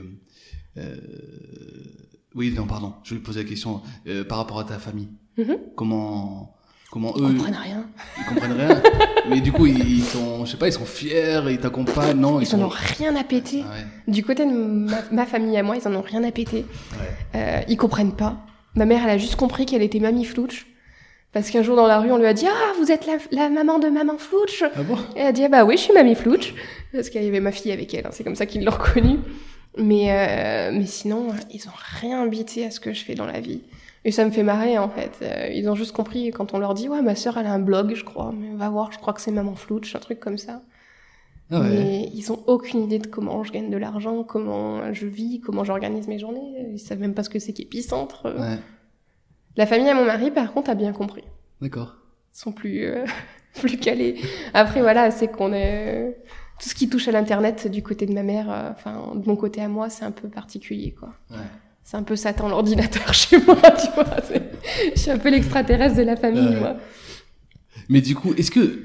oui, non, pardon, je vais te poser la question par rapport à ta famille. Mm-hmm. Comment ils comprennent rien. Ils comprennent rien. Mais du coup, ils sont fiers, ils t'accompagnent, non? Ils en ont rien à péter. Ah ouais. Du côté de ma famille à moi, ils en ont rien à péter. Ouais. Ils comprennent pas. Ma mère, elle a juste compris qu'elle était mamie Flouch. Parce qu'un jour dans la rue, on lui a dit « Ah, vous êtes la maman de maman Flouch !» Ah bon? Et elle a dit « Ah bah oui, je suis mamie Flouch !» Parce qu'il y avait ma fille avec elle, hein, c'est comme ça qu'ils l'ont reconnue. Mais sinon, ils ont rien invité à ce que je fais dans la vie. Et ça me fait marrer, en fait. Ils ont juste compris quand on leur dit « Ouais, ma sœur, elle a un blog, je crois. Mais va voir, je crois que c'est Maman Flouch, un truc comme ça. » Ah ouais. Mais ils ont aucune idée de comment je gagne de l'argent, comment je vis, comment j'organise mes journées. Ils savent même pas ce que c'est qu'Épicentre. Ouais. La famille à mon mari, par contre, a bien compris. D'accord. Ils sont plus calés. Après, voilà, c'est qu'on est... Tout ce qui touche à l'internet du côté de ma mère, de mon côté à moi, c'est un peu particulier, quoi. Ouais. C'est un peu Satan l'ordinateur chez moi, tu vois. Je suis un peu l'extraterrestre de la famille, moi. Mais du coup, est-ce que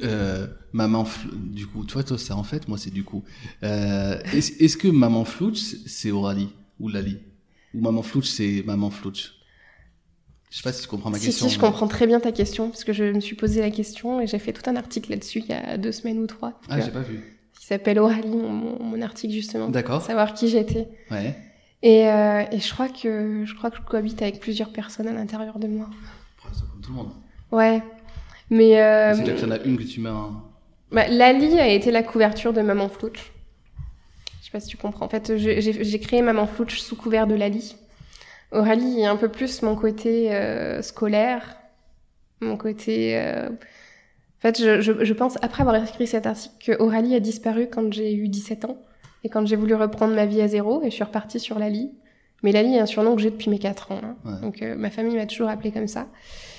du coup, toi c'est en fait, moi c'est du coup. Est-ce que Maman Flouch c'est Aurélie ou Lali, ou Maman Flouch c'est Maman Flouch? Je sais pas si tu comprends ma question. Si, je comprends très bien ta question parce que je me suis posé la question et j'ai fait tout un article là-dessus il y a 2 semaines ou 3. Ah, j'ai pas vu. Qui s'appelle Aurélie, mon article justement. D'accord. Savoir qui j'étais. Ouais. Et je crois que je cohabite avec plusieurs personnes à l'intérieur de moi. C'est comme tout le monde. Ouais. Mais c'est qu'il y en a une que tu mets en... Lali a été la couverture de Maman Flouch. Je sais pas si tu comprends. En fait, j'ai créé Maman Flouch sous couvert de Lali. Aurélie est un peu plus mon côté scolaire, mon côté... En fait, je pense, après avoir écrit cet article, que Aurélie a disparu quand j'ai eu 17 ans et quand j'ai voulu reprendre ma vie à zéro et je suis repartie sur Lali. Mais Lali est un surnom que j'ai depuis mes 4 ans. Hein. Ouais. Donc ma famille m'a toujours appelée comme ça.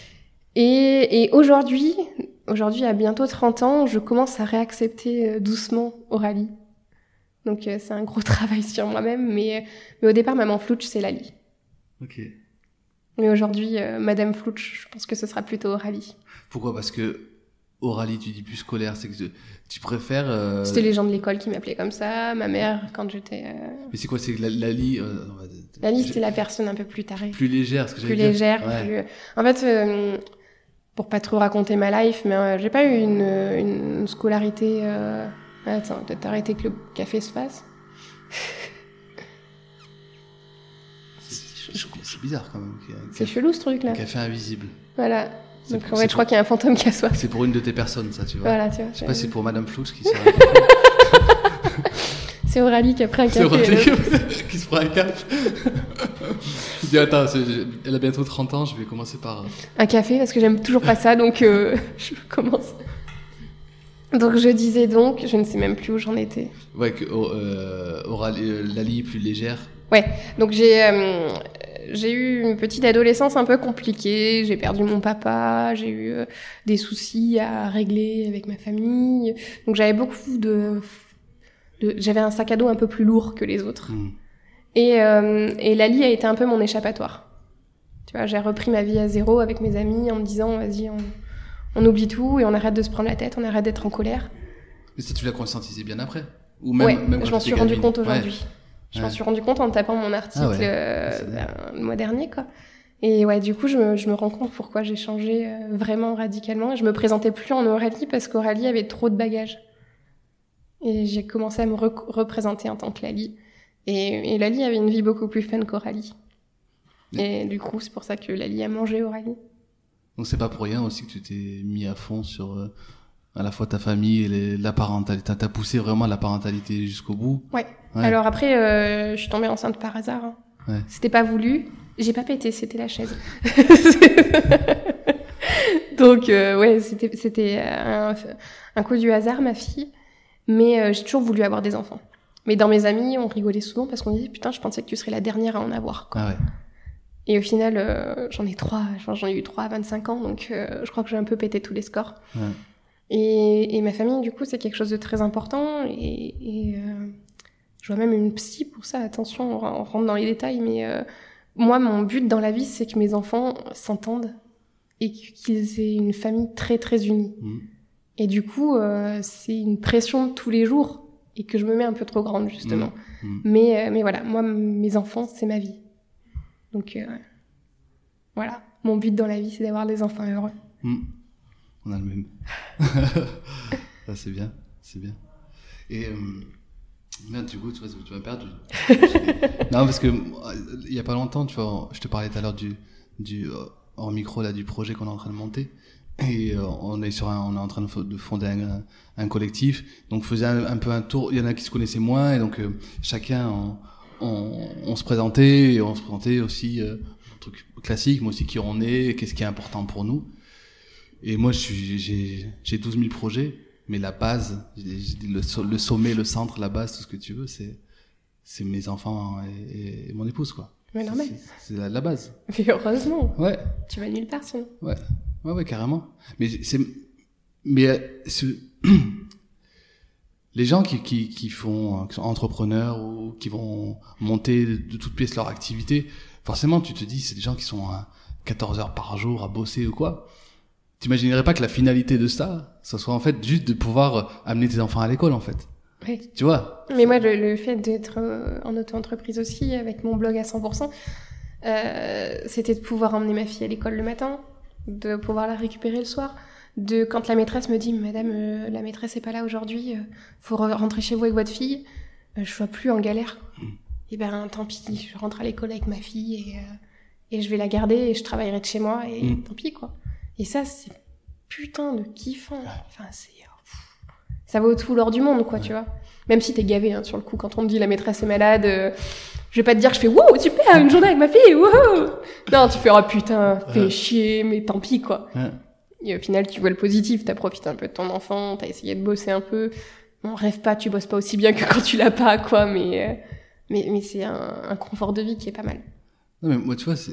Et aujourd'hui, à bientôt 30 ans, je commence à réaccepter doucement Aurélie. Donc c'est un gros travail sur moi-même, mais au départ, Maman Flouch, c'est Lali. Ok. Mais aujourd'hui, Madame Flouch, je pense que ce sera plutôt Aurélie. Pourquoi ? Parce que Aurélie, tu dis plus scolaire, c'est que tu préfères... C'était les gens de l'école qui m'appelaient comme ça, ma mère, quand j'étais... Mais c'est quoi, c'est Lali Lali, c'était la personne un peu plus tarée. Plus légère, ce que j'allais dire. Plus légère, ouais. En fait... pour pas trop raconter ma life, mais j'ai pas eu une scolarité... Attends, peut-être arrêter que le café se fasse. C'est bizarre quand même. C'est chelou ce truc-là. Un café invisible. Voilà. Donc en fait, je crois qu'il y a un fantôme qui a soif. C'est pour une de tes personnes, ça, tu vois. Voilà, tu vois. Je sais pas si c'est pour Madame Flouch qui s'est... C'est Aurélie qui a pris un café. C'est Aurélie qui se prend un café. Je dis, attends, elle a bientôt 30 ans, je vais commencer par... Un café, parce que j'aime toujours pas ça, donc je commence. Donc je disais donc, je ne sais même plus où j'en étais. Ouais, que Lali est plus légère. Ouais, donc j'ai eu une petite adolescence un peu compliquée, j'ai perdu mon papa, j'ai eu des soucis à régler avec ma famille, donc j'avais beaucoup j'avais un sac à dos un peu plus lourd que les autres. Et Lali a été un peu mon échappatoire. Tu vois, j'ai repris ma vie à zéro avec mes amis en me disant, vas-y, on oublie tout et on arrête de se prendre la tête, on arrête d'être en colère. Mais ça, tu l'as conscientisé bien après ? Ou même quand je m'en suis rendu compte aujourd'hui. Ouais. Je m'en suis rendu compte en tapant mon article le mois dernier, quoi. Et ouais, du coup, je me rends compte pourquoi j'ai changé vraiment radicalement. Je me présentais plus en Aurélie parce qu'Aurélie avait trop de bagages. Et j'ai commencé à me représenter en tant que Lali. Et Lali avait une vie beaucoup plus fun qu'Aurélie. Et du coup, c'est pour ça que Lali a mangé Aurélie. Donc c'est pas pour rien aussi que tu t'es mis à fond sur à la fois ta famille et la parentalité. T'as poussé vraiment la parentalité jusqu'au bout. Ouais. Alors après, je suis tombée enceinte par hasard. Hein. Ouais. C'était pas voulu. J'ai pas pété, c'était la chaise. Donc ouais, c'était un coup du hasard, ma fille. Mais j'ai toujours voulu avoir des enfants. Mais dans mes amis, on rigolait souvent parce qu'on disait putain, je pensais que tu serais la dernière à en avoir. Quoi. Ah ouais. Et au final, j'en ai eu 3 à 25 ans, donc je crois que j'ai un peu pété tous les scores. Ouais. Et ma famille, du coup, c'est quelque chose de très important. Et je vois même une psy pour ça. Attention, on rentre dans les détails, mais moi, mon but dans la vie, c'est que mes enfants s'entendent et qu'ils aient une famille très, très unie. Et du coup, c'est une pression de tous les jours et que je me mets un peu trop grande, justement. Mais voilà, moi, mes enfants, c'est ma vie. Donc, voilà. Mon but dans la vie, c'est d'avoir des enfants heureux. On a le même. Ça, c'est bien. C'est bien. Et, merde, du coup, tu m'as perdu. Non, parce que, il y a pas longtemps, tu vois, je te parlais tout à l'heure du hors micro, là, du projet qu'on est en train de monter. Et on est en train de fonder un collectif. Donc, faisait un peu un tour. Il y en a qui se connaissaient moins. Et donc, chacun, on se présentait, et on se présentait aussi un truc classique, moi aussi qui on est, qu'est-ce qui est important pour nous. Et moi, j'ai 12 000 projets, mais la base, le sommet, le centre, la base, tout ce que tu veux, c'est mes enfants et mon épouse, quoi. Mais normal. C'est la base. Mais heureusement. Ouais. Tu vas nulle part sinon. Ouais, carrément. Mais les gens qui sont entrepreneurs ou qui vont monter de toutes pièces leur activité, forcément, tu te dis, c'est des gens qui sont à 14 heures par jour à bosser ou quoi. T'imaginerais pas que la finalité de ça soit en fait juste de pouvoir amener tes enfants à l'école, en fait. Oui. Tu vois? Mais moi, le fait d'être en auto-entreprise aussi, avec mon blog à 100%, c'était de pouvoir emmener ma fille à l'école le matin, de pouvoir la récupérer le soir, de quand la maîtresse me dit « Madame, la maîtresse est pas là aujourd'hui, faut rentrer chez vous avec votre fille », je sois plus en galère. Et ben tant pis, je rentre à l'école avec ma fille et je vais la garder et je travaillerai de chez moi et tant pis, quoi. Et ça, c'est putain de kiffant. Enfin, ça vaut tout l'or du monde, quoi, tu vois. Même si t'es gavé, hein, sur le coup, quand on me dit la maîtresse est malade, je vais pas te dire que je fais wouh, super, une journée avec ma fille, wouh. Non, tu fais oh putain, fais chier, mais tant pis, quoi. Et au final, tu vois le positif, t'as profité un peu de ton enfant, t'as essayé de bosser un peu. On rêve pas, tu bosses pas aussi bien que quand tu l'as pas, quoi, mais c'est un confort de vie qui est pas mal. Non, mais moi, tu vois,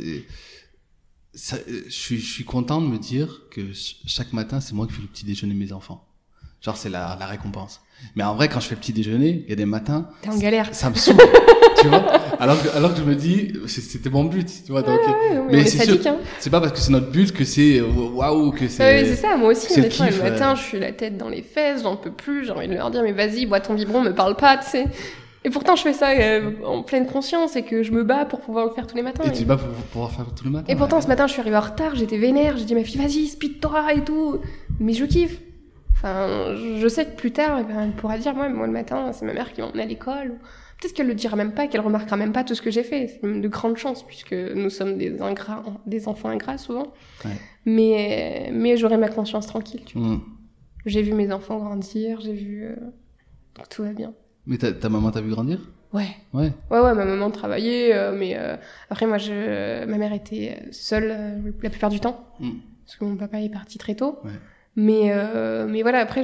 je suis content de me dire que chaque matin, c'est moi qui fais le petit déjeuner de mes enfants. Genre, c'est la récompense. Mais en vrai, quand je fais le petit déjeuner, il y a des matins. T'es en galère. Ça me saoule. Tu vois? Alors que je me dis, c'était mon but, tu vois. Donc, mais c'est sadique, hein. C'est pas parce que c'est notre but que c'est, waouh, que c'est. Oui, c'est ça, moi aussi, le honnêtement, le matin, je suis la tête dans les fesses, j'en peux plus, j'ai envie de leur dire, mais vas-y, bois ton biberon, me parle pas, tu sais. Et pourtant, je fais ça en pleine conscience et que je me bats pour pouvoir le faire tous les matins. Et tu te bats pour pouvoir faire tous les matins. Et pourtant, ce matin, je suis arrivée en retard, j'étais vénère, j'ai dit, ma fille, vas-y, speed-toi et tout. Mais je kiffe. Enfin, je sais que plus tard, elle pourra dire, moi, le matin, c'est ma mère qui m'emmène à l'école. Peut-être qu'elle le dira même pas, qu'elle remarquera même pas tout ce que j'ai fait. C'est même de grandes chances, puisque nous sommes des enfants ingrats, souvent. Ouais. Mais j'aurai ma conscience tranquille, tu vois. J'ai vu mes enfants grandir, donc tout va bien. Mais ta maman t'a vu grandir? Ouais, ma maman travaillait, mais après, moi, ma mère était seule la plupart du temps. Parce que mon papa est parti très tôt. Ouais. Mais voilà, après,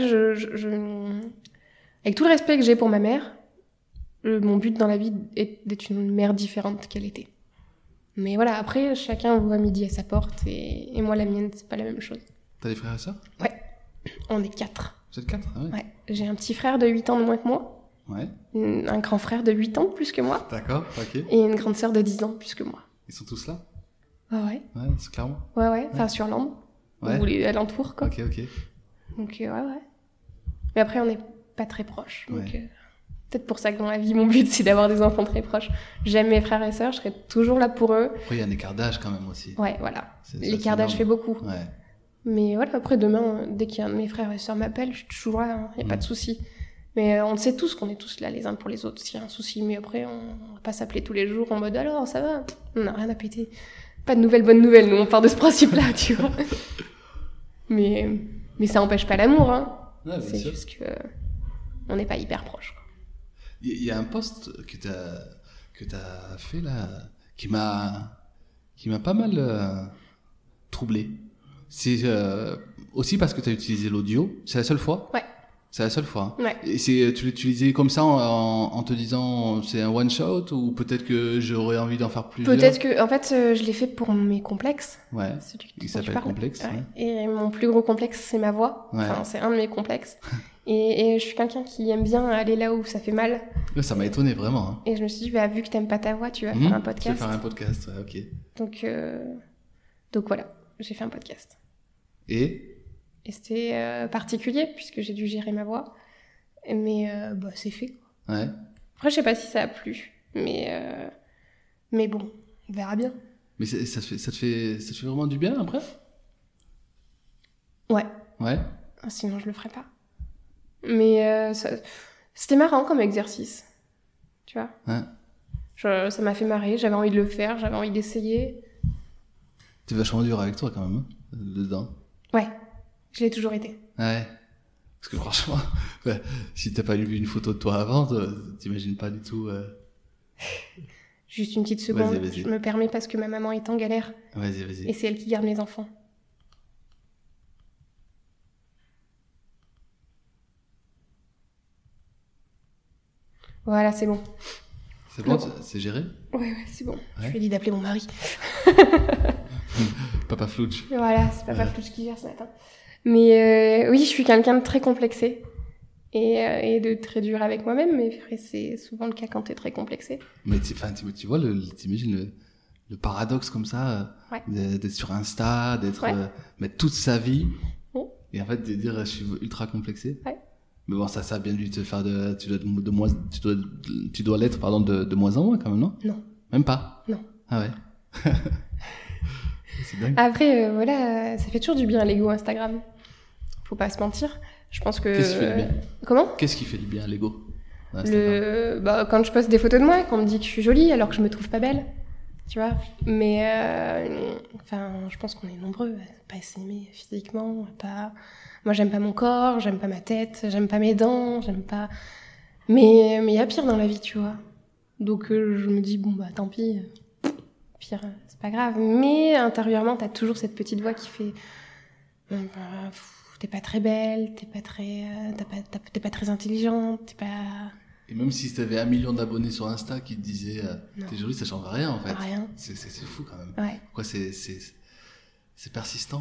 avec tout le respect que j'ai pour ma mère, mon but dans la vie est d'être une mère différente qu'elle était. Mais voilà, après, chacun voit midi à sa porte, et moi, la mienne, c'est pas la même chose. T'as des frères et sœurs? Ouais, on est 4. Vous êtes 4? Ah ouais. Ouais, j'ai un petit frère de 8 ans de moins que moi. Ouais. Un grand frère de 8 ans de plus que moi. D'accord, ok. Et une grande sœur de 10 ans de plus que moi. Ils sont tous là? Ouais. Ouais, c'est clairement. Ouais. Enfin, sur Lande. Ouais. Ou les alentours, quoi. Ok. Donc, ouais. Mais après, on n'est pas très proches. Donc, Ouais. peut-être pour ça que dans la vie, mon but, c'est d'avoir des enfants très proches. J'aime mes frères et sœurs, je serai toujours là pour eux. Après, il y a un écart d'âge quand même aussi. Ouais, voilà. C'est L'écart d'âge fait beaucoup. Ouais. Mais voilà, après, demain, dès qu'un de mes frères et sœurs m'appelle, je suis toujours là, il n'y a pas de souci. Mais on sait tous qu'on est tous là les uns pour les autres s'il y a un souci. Mais après, on va pas s'appeler tous les jours en mode alors, ça va? On n'a rien à péter. Pas de bonnes nouvelles, nous, on part de ce principe-là, tu vois. Mais ça empêche pas l'amour, hein. Ouais, c'est juste que on n'est pas hyper proches. Il y a un post que t'as fait là qui m'a pas mal troublé. C'est aussi parce que t'as utilisé l'audio. C'est la seule fois? Ouais. C'est la seule fois. Ouais. Et tu l'utilisais comme ça en te disant c'est un one shot ou peut-être que j'aurais envie d'en faire plusieurs? Peut-être que, en fait, je l'ai fait pour mes complexes. Ouais. Il s'appelle complexe. Ouais. Ouais. Et mon plus gros complexe, c'est ma voix. Ouais. Enfin, c'est un de mes complexes. et je suis quelqu'un qui aime bien aller là où ça fait mal. Là, ça m'a étonné vraiment. Hein. Et je me suis dit, bah, vu que t'aimes pas ta voix, tu vas faire un podcast. Je vais faire un podcast, ouais, ok. Donc voilà, j'ai fait un podcast. Et c'était particulier puisque j'ai dû gérer ma voix. Mais c'est fait. Ouais. Après, je sais pas si ça a plu. Mais bon, on verra bien. Mais ça te fait vraiment du bien après? Ouais. Ouais. Sinon, je le ferais pas. Mais c'était marrant comme exercice. Tu vois? Ouais. Ça m'a fait marrer, j'avais envie de le faire, j'avais envie d'essayer. T'es vachement dur avec toi quand même, hein, dedans. Ouais, je l'ai toujours été. Ouais. Parce que franchement, si t'as pas vu une photo de toi avant, t'imagines pas du tout. Juste une petite seconde, Vas-y. je me permets parce que ma maman est en galère Vas-y. et c'est elle qui garde mes enfants. Voilà, c'est bon. C'est bon, Non. c'est géré? Ouais, c'est bon. Ouais. Je lui ai dit d'appeler mon mari. Papa Flouch. Voilà, c'est Papa Flouch qui gère ce matin. Mais oui, je suis quelqu'un de très complexé et de très dur avec moi-même, mais après, c'est souvent le cas quand t'es très complexé. Mais tu vois, t'imagines le paradoxe comme ça, Ouais. d'être sur Insta, Ouais. mettre toute sa vie, Oh. et en fait de dire je suis ultra complexé. Ouais. Mais bon, ça a bien dû te faire tu dois l'être, pardon, de moins en moins quand même, non? Non. Même pas? Non. Ah ouais. C'est dingue. Après, voilà, ça fait toujours du bien l'ego Instagram. Faut pas se mentir. Je pense que. Qu'est-ce qui fait du bien? Comment? Qu'est-ce qui fait du bien, l'ego? Instagram. Quand je poste des photos de moi, qu'on me dit que je suis jolie alors que je me trouve pas belle, tu vois. Mais je pense qu'on est nombreux à pas s'aimer physiquement, Moi, j'aime pas mon corps, j'aime pas ma tête, j'aime pas mes dents, j'aime pas. Mais il y a pire dans la vie, tu vois. Donc je me dis bon tant pis, pire, c'est pas grave. Mais intérieurement, t'as toujours cette petite voix qui fait t'es pas très belle, t'es pas très intelligente, t'es pas. Et même si t'avais 1 million d'abonnés sur Insta qui te disaient Non. t'es jolie, ça change rien en fait. Rien. C'est fou quand même. Ouais. Quoi, c'est persistant,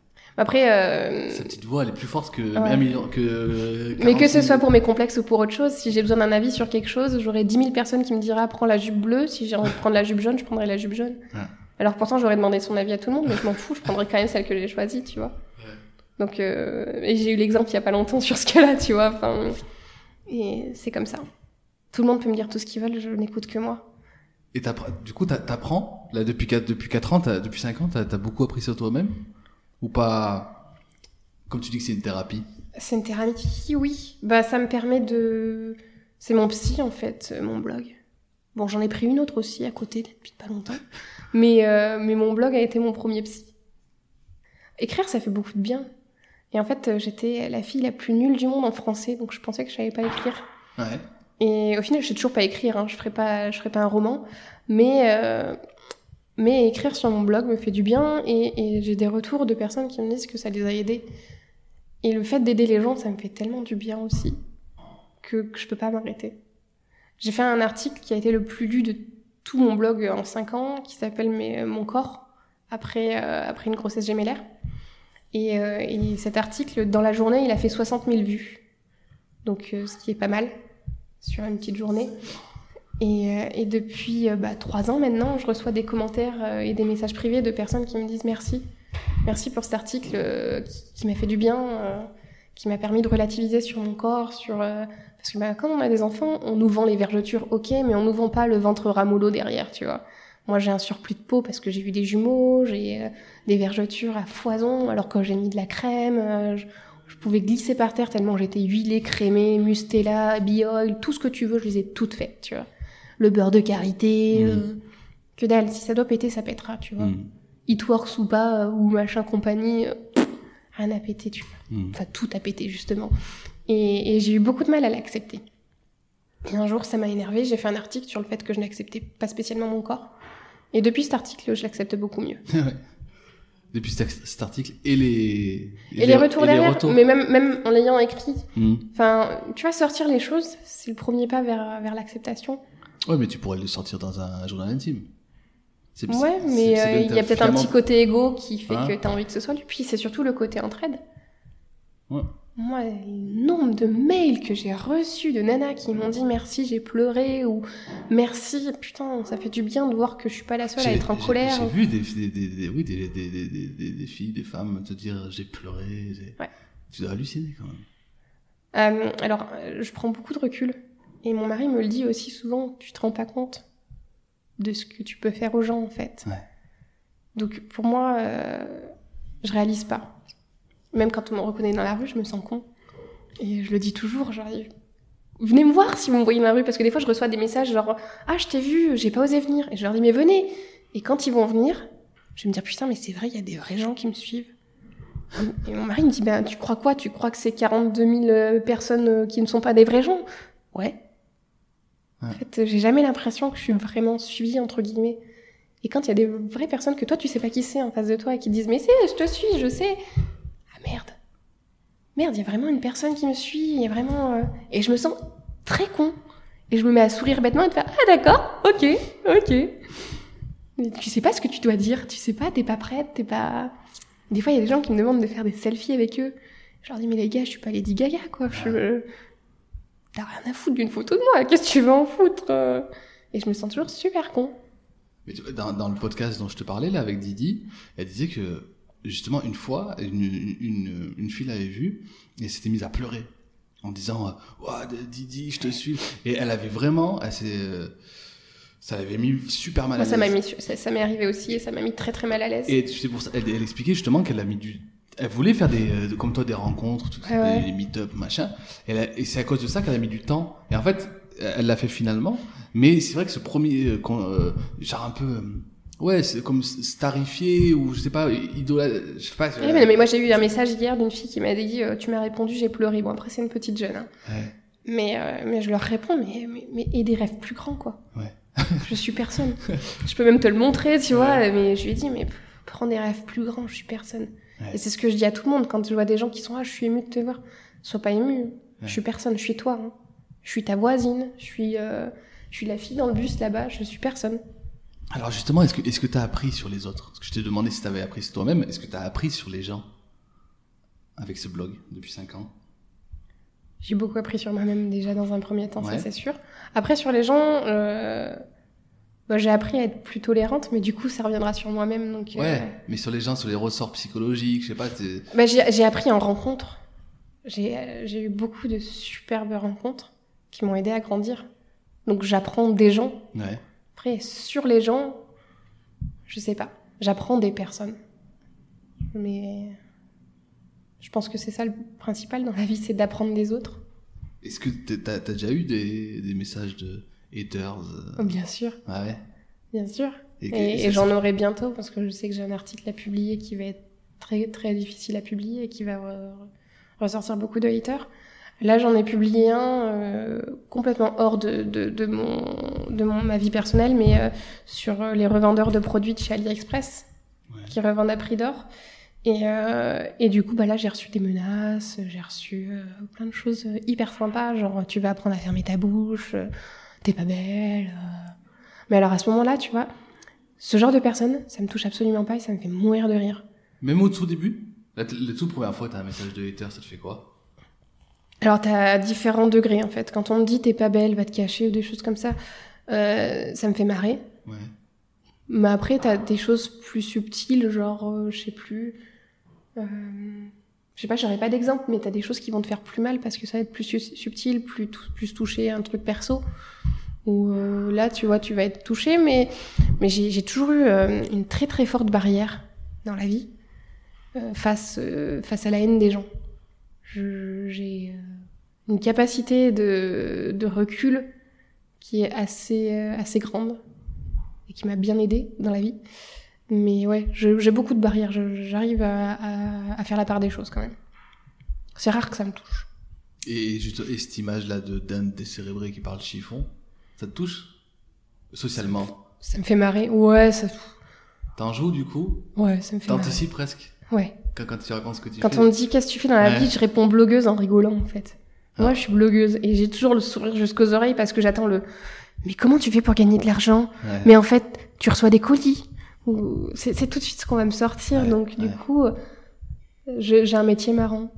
Après. Sa petite voix, elle est plus forte que Ouais. 1 million, que. Mais que 40 ce 000. soit pour mes complexes ou pour autre chose, si j'ai besoin d'un avis sur quelque chose, j'aurai 10 000 personnes qui me diraient prends la jupe bleue. Si j'ai envie de prendre la jupe jaune, je prendrai la jupe jaune. Ouais. Alors pourtant, j'aurais demandé son avis à tout le monde, mais je m'en fous, je prendrai quand même celle que j'ai choisie, tu vois. Ouais. Donc, et j'ai eu l'exemple il y a pas longtemps sur ce cas-là, tu vois. Enfin, et c'est comme ça. Tout le monde peut me dire tout ce qu'ils veulent, je n'écoute que moi. Et du coup, t'apprends, là, depuis 4 ans, depuis 5 ans, t'as beaucoup appris sur toi-même? Ou pas? Comme tu dis que c'est une thérapie. C'est une thérapie, oui. Bah, ça me permet de... C'est mon psy, en fait, mon blog. Bon, j'en ai pris une autre aussi à côté depuis pas longtemps. Mais mon blog a été mon premier psy. Écrire, ça fait beaucoup de bien. Et en fait, j'étais la fille la plus nulle du monde en français, donc je pensais que je savais pas écrire. Ouais. Et au final, je sais toujours pas écrire, hein. Je ferai pas un roman. Mais écrire sur mon blog me fait du bien et j'ai des retours de personnes qui me disent que ça les a aidés. Et le fait d'aider les gens, ça me fait tellement du bien aussi que je peux pas m'arrêter. J'ai fait un article qui a été le plus lu de tout mon blog en 5 ans, qui s'appelle Mon corps, après une grossesse gémellaire. Et cet article, dans la journée, il a fait 60 000 vues. Donc, ce qui est pas mal sur une petite journée. Et depuis 3 ans maintenant, je reçois des commentaires et des messages privés de personnes qui me disent merci. Merci pour cet article qui m'a fait du bien, qui m'a permis de relativiser sur mon corps, parce que quand on a des enfants, on nous vend les vergetures, ok, mais on nous vend pas le ventre ramollo derrière, tu vois. Moi, j'ai un surplus de peau parce que j'ai eu des jumeaux, j'ai des vergetures à foison, alors que j'ai mis de la crème, je pouvais glisser par terre tellement j'étais huilée, crémée, mustela, bee-oil, tout ce que tu veux, je les ai toutes faites, tu vois. Le beurre de karité, que dalle, si ça doit péter, ça pètera, tu vois. Eatworks ou pas, ou machin compagnie, rien à péter, tu vois. Enfin, tout a pété, justement. Et j'ai eu beaucoup de mal à l'accepter. Et un jour, ça m'a énervée, j'ai fait un article sur le fait que je n'acceptais pas spécialement mon corps. Et depuis cet article, je l'accepte beaucoup mieux. Depuis cet article et les retours derrière, mais même en l'ayant écrit. Enfin, tu vois, sortir les choses, c'est le premier pas vers l'acceptation. Ouais, mais tu pourrais le sortir dans un journal intime. Ouais, mais il y a peut-être un petit côté égo qui fait que t'as envie que ce soit lui. Puis c'est surtout le côté entraide. Ouais. Moi, le nombre de mails que j'ai reçus de nanas qui m'ont dit merci, j'ai pleuré, ou merci, putain, ça fait du bien de voir que je suis pas la seule à être en colère. J'ai vu des filles, des femmes te dire j'ai pleuré. Ouais. Tu dois halluciner quand même. Alors, je prends beaucoup de recul. Et mon mari me le dit aussi souvent, tu te rends pas compte de ce que tu peux faire aux gens, en fait. Ouais. Donc, pour moi, je réalise pas. Même quand on me reconnaît dans la rue, je me sens con. Et je le dis toujours, genre, venez me voir si vous me voyez dans la rue, parce que des fois, je reçois des messages genre, ah, je t'ai vu, j'ai pas osé venir. Et je leur dis, mais venez. Et quand ils vont venir, je vais me dire, putain, mais c'est vrai, il y a des vrais gens qui me suivent. Et mon mari me dit, ben, tu crois quoi? Tu crois que c'est 42 000 personnes qui ne sont pas des vrais gens? Ouais. Ouais. En fait, j'ai jamais l'impression que je suis vraiment suivie, entre guillemets. Et quand il y a des vraies personnes que toi, tu sais pas qui c'est en face de toi et qui disent « Mais je te suis, je sais !» Ah merde. Merde, il y a vraiment une personne qui me suit, il y a vraiment... Et je me sens très con. Et je me mets à sourire bêtement et de faire « Ah d'accord, ok. » Mais tu sais pas ce que tu dois dire, tu sais pas, t'es pas prête, t'es pas... Des fois, il y a des gens qui me demandent de faire des selfies avec eux. Je leur dis « Mais les gars, je suis pas Lady Gaga, quoi. T'as rien à foutre d'une photo de moi, qu'est-ce que tu veux en foutre ?» Et je me sens toujours super con. Mais dans le podcast dont je te parlais, là, avec Didi, elle disait que, justement, une fois, une fille l'avait vue, et elle s'était mise à pleurer, en disant, Didi, je te suis. Et elle avait vraiment, ça l'avait mis super mal à l'aise. Ça m'est arrivé aussi, et ça m'a mis très très mal à l'aise. Et c'est pour ça, elle expliquait justement qu'elle a mis elle voulait faire comme toi, des rencontres, des meet-up, machin. Et c'est à cause de ça qu'elle a mis du temps. Et en fait, elle l'a fait finalement. Mais c'est vrai que ce premier, genre un peu, c'est comme starifié ou je sais pas, je sais pas. Mais moi j'ai eu un message hier d'une fille qui m'a dit, tu m'as répondu, j'ai pleuré. Bon après c'est une petite jeune, hein. Ouais. Mais je leur réponds, mais et des rêves plus grands quoi. Ouais. Je suis personne. Je peux même te le montrer, tu vois. Mais je lui ai dit, mais prends des rêves plus grands, je suis personne. Ouais. Et c'est ce que je dis à tout le monde quand je vois des gens qui sont je suis émue de te voir. Sois pas émue. Ouais. Je suis personne, je suis toi. Hein. Je suis ta voisine. Je suis la fille dans le bus là-bas. Je suis personne. Alors justement, est-ce que t'as appris sur les autres? Parce que je t'ai demandé si t'avais appris sur toi-même. Est-ce que t'as appris sur les gens avec ce blog depuis 5 ans? J'ai beaucoup appris sur moi-même déjà dans un premier temps, ça c'est sûr. Après sur les gens, j'ai appris à être plus tolérante, mais du coup ça reviendra sur moi-même. Donc, mais sur les gens, sur les ressorts psychologiques, je sais pas. J'ai appris en rencontre. J'ai eu beaucoup de superbes rencontres qui m'ont aidé à grandir. Donc j'apprends des gens. Ouais. Après sur les gens, je sais pas. J'apprends des personnes. Mais je pense que c'est ça le principal dans la vie, c'est d'apprendre des autres. Est-ce que t'as déjà eu des messages de haters Bien sûr. Ah ouais. Bien sûr. Et j'en aurai bientôt parce que je sais que j'ai un article à publier qui va être très très difficile à publier et qui va ressortir beaucoup de haters. Là, j'en ai publié un complètement hors de ma vie personnelle, mais sur les revendeurs de produits de chez AliExpress qui revendent à prix d'or. Et du coup, là, j'ai reçu des menaces, j'ai reçu plein de choses hyper sympas, genre tu vas apprendre à fermer ta bouche, t'es pas belle. Mais alors à ce moment-là, tu vois, ce genre de personnes, ça me touche absolument pas et ça me fait mourir de rire. Même au tout début, la toute première fois, t'as un message de hater, ça te fait quoi? Alors t'as différents degrés en fait. Quand on me dit t'es pas belle, va te cacher ou des choses comme ça, ça me fait marrer. Ouais. Mais après t'as des choses plus subtiles, genre je sais plus. Je sais pas, j'aurais pas d'exemple, mais t'as des choses qui vont te faire plus mal parce que ça va être plus subtil, plus touché un truc perso. Ou là, tu vois, tu vas être touché, mais j'ai toujours eu une très très forte barrière dans la vie face à la haine des gens. J'ai une capacité de recul qui est assez grande et qui m'a bien aidée dans la vie. Mais ouais, j'ai beaucoup de barrières. J'arrive à faire la part des choses quand même. C'est rare que ça me touche. Et cette image-là d'un décérébré qui parle chiffon, ça te touche socialement? Ça me fait marrer. Ouais, ça. T'en joues du coup? Ouais, ça me fait marrer. T'anticipes presque? Ouais. Quand tu racontes ce que tu fais. Quand on me dit qu'est-ce que tu fais dans la vie, je réponds blogueuse en rigolant en fait. Moi, je suis blogueuse et j'ai toujours le sourire jusqu'aux oreilles parce que j'attends mais comment tu fais pour gagner de l'argent? Mais en fait, tu reçois des colis. C'est tout de suite ce qu'on va me sortir. Donc du coup, j'ai un métier marrant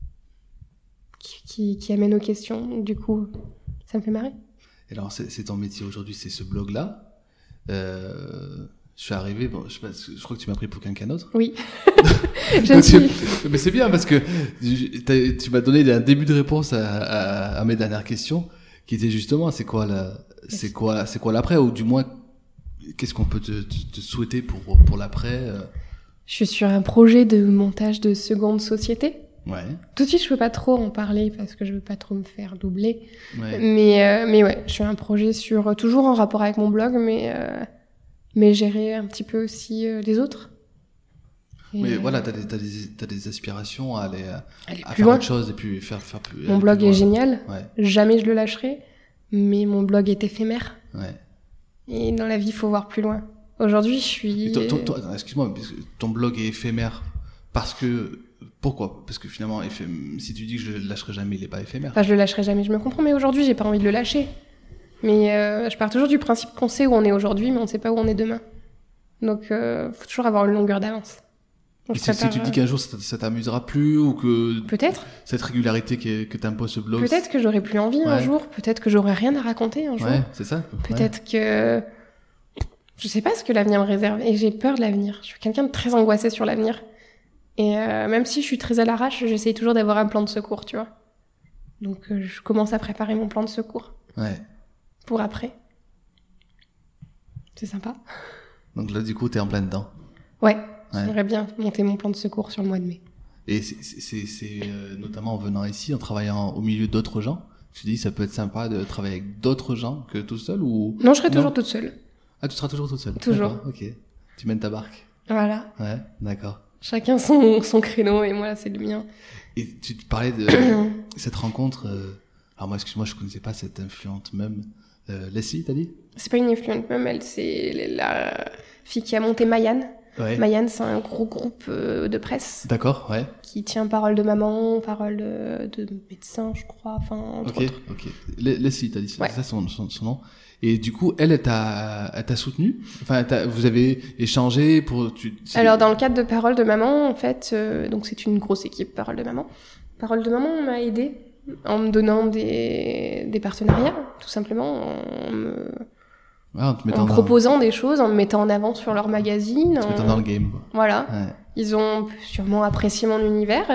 qui amène aux questions. Du coup, ça me fait marrer. Et alors, c'est ton métier aujourd'hui, c'est ce blog-là. Je suis arrivé, je crois que tu m'as pris pour quelqu'un d'autre. Oui. Mais c'est bien parce que tu m'as donné un début de réponse à mes dernières questions, qui était justement, c'est quoi l'après, ou du moins, qu'est-ce qu'on peut te souhaiter pour l'après? Je suis sur un projet de montage de seconde société. Ouais. Tout de suite, je peux pas trop en parler parce que je veux pas trop me faire doubler. Ouais. Mais ouais, je suis un projet toujours en rapport avec mon blog, mais gérer un petit peu aussi les autres. Mais voilà, t'as des aspirations à aller plus faire loin. autre chose et puis faire plus. Mon blog est génial. Ouais. Jamais je le lâcherai. mais mon blog est éphémère. Ouais. Et dans la vie, il faut voir plus loin. Aujourd'hui, je suis... Attends, excuse-moi, parce que ton blog est éphémère parce que... Pourquoi ? Parce que finalement, si tu dis que je le lâcherai jamais, il est pas éphémère. Enfin, je le lâcherai jamais, je me comprends, mais aujourd'hui, j'ai pas envie de le lâcher. Mais je pars toujours du principe qu'on sait où on est aujourd'hui, mais on ne sait pas où on est demain. Donc, faut toujours avoir une longueur d'avance. Donc, et si tu te dis qu'un jour ça t'amusera plus ou que peut-être cette régularité que t'impose ce blog, peut-être que j'aurai plus envie un jour, peut-être que j'aurai rien à raconter un jour. Ouais, c'est ça. Peut-être que je sais pas ce que l'avenir me réserve et j'ai peur de l'avenir. Je suis quelqu'un de très angoissé sur l'avenir. Et même si je suis très à l'arrache, j'essaye toujours d'avoir un plan de secours, tu vois. Donc je commence à préparer mon plan de secours. Ouais. Pour après. C'est sympa. Donc là, du coup, t'es en plein dedans. Ouais. J'aimerais bien monter mon plan de secours sur le mois de mai. Et c'est notamment en venant ici, en travaillant au milieu d'autres gens, tu dis ça peut être sympa de travailler avec d'autres gens que tout seul ou... Non, je serai toujours toute seule. Ah, tu seras toujours toute seule. Toujours. D'accord, ok. Tu mènes ta barque. Voilà. Ouais, d'accord. Chacun son créneau et moi, c'est le mien. Et tu te parlais de cette rencontre... Alors moi, excuse-moi, je connaissais pas cette influente même. Leslie, t'as dit ? C'est pas une influente même, c'est la fille qui a monté Mayan. Ouais. Mayan, c'est un gros groupe de presse. D'accord, ouais. Qui tient parole de maman, parole de médecin, je crois, enfin, entre autres. Ok. Leslie, t'as dit, c'est ouais. ça son nom. Et du coup, elle t'a soutenu. Enfin, vous avez échangé pour. Alors, dans le cadre de Parole de Maman, en fait, donc c'est une grosse équipe, Parole de Maman. Parole de Maman m'a aidée en me donnant des partenariats, tout simplement, en me proposant des choses, en me mettant en avant sur leur magazine. En te mettant dans le game. Voilà. Ouais. Ils ont sûrement apprécié mon univers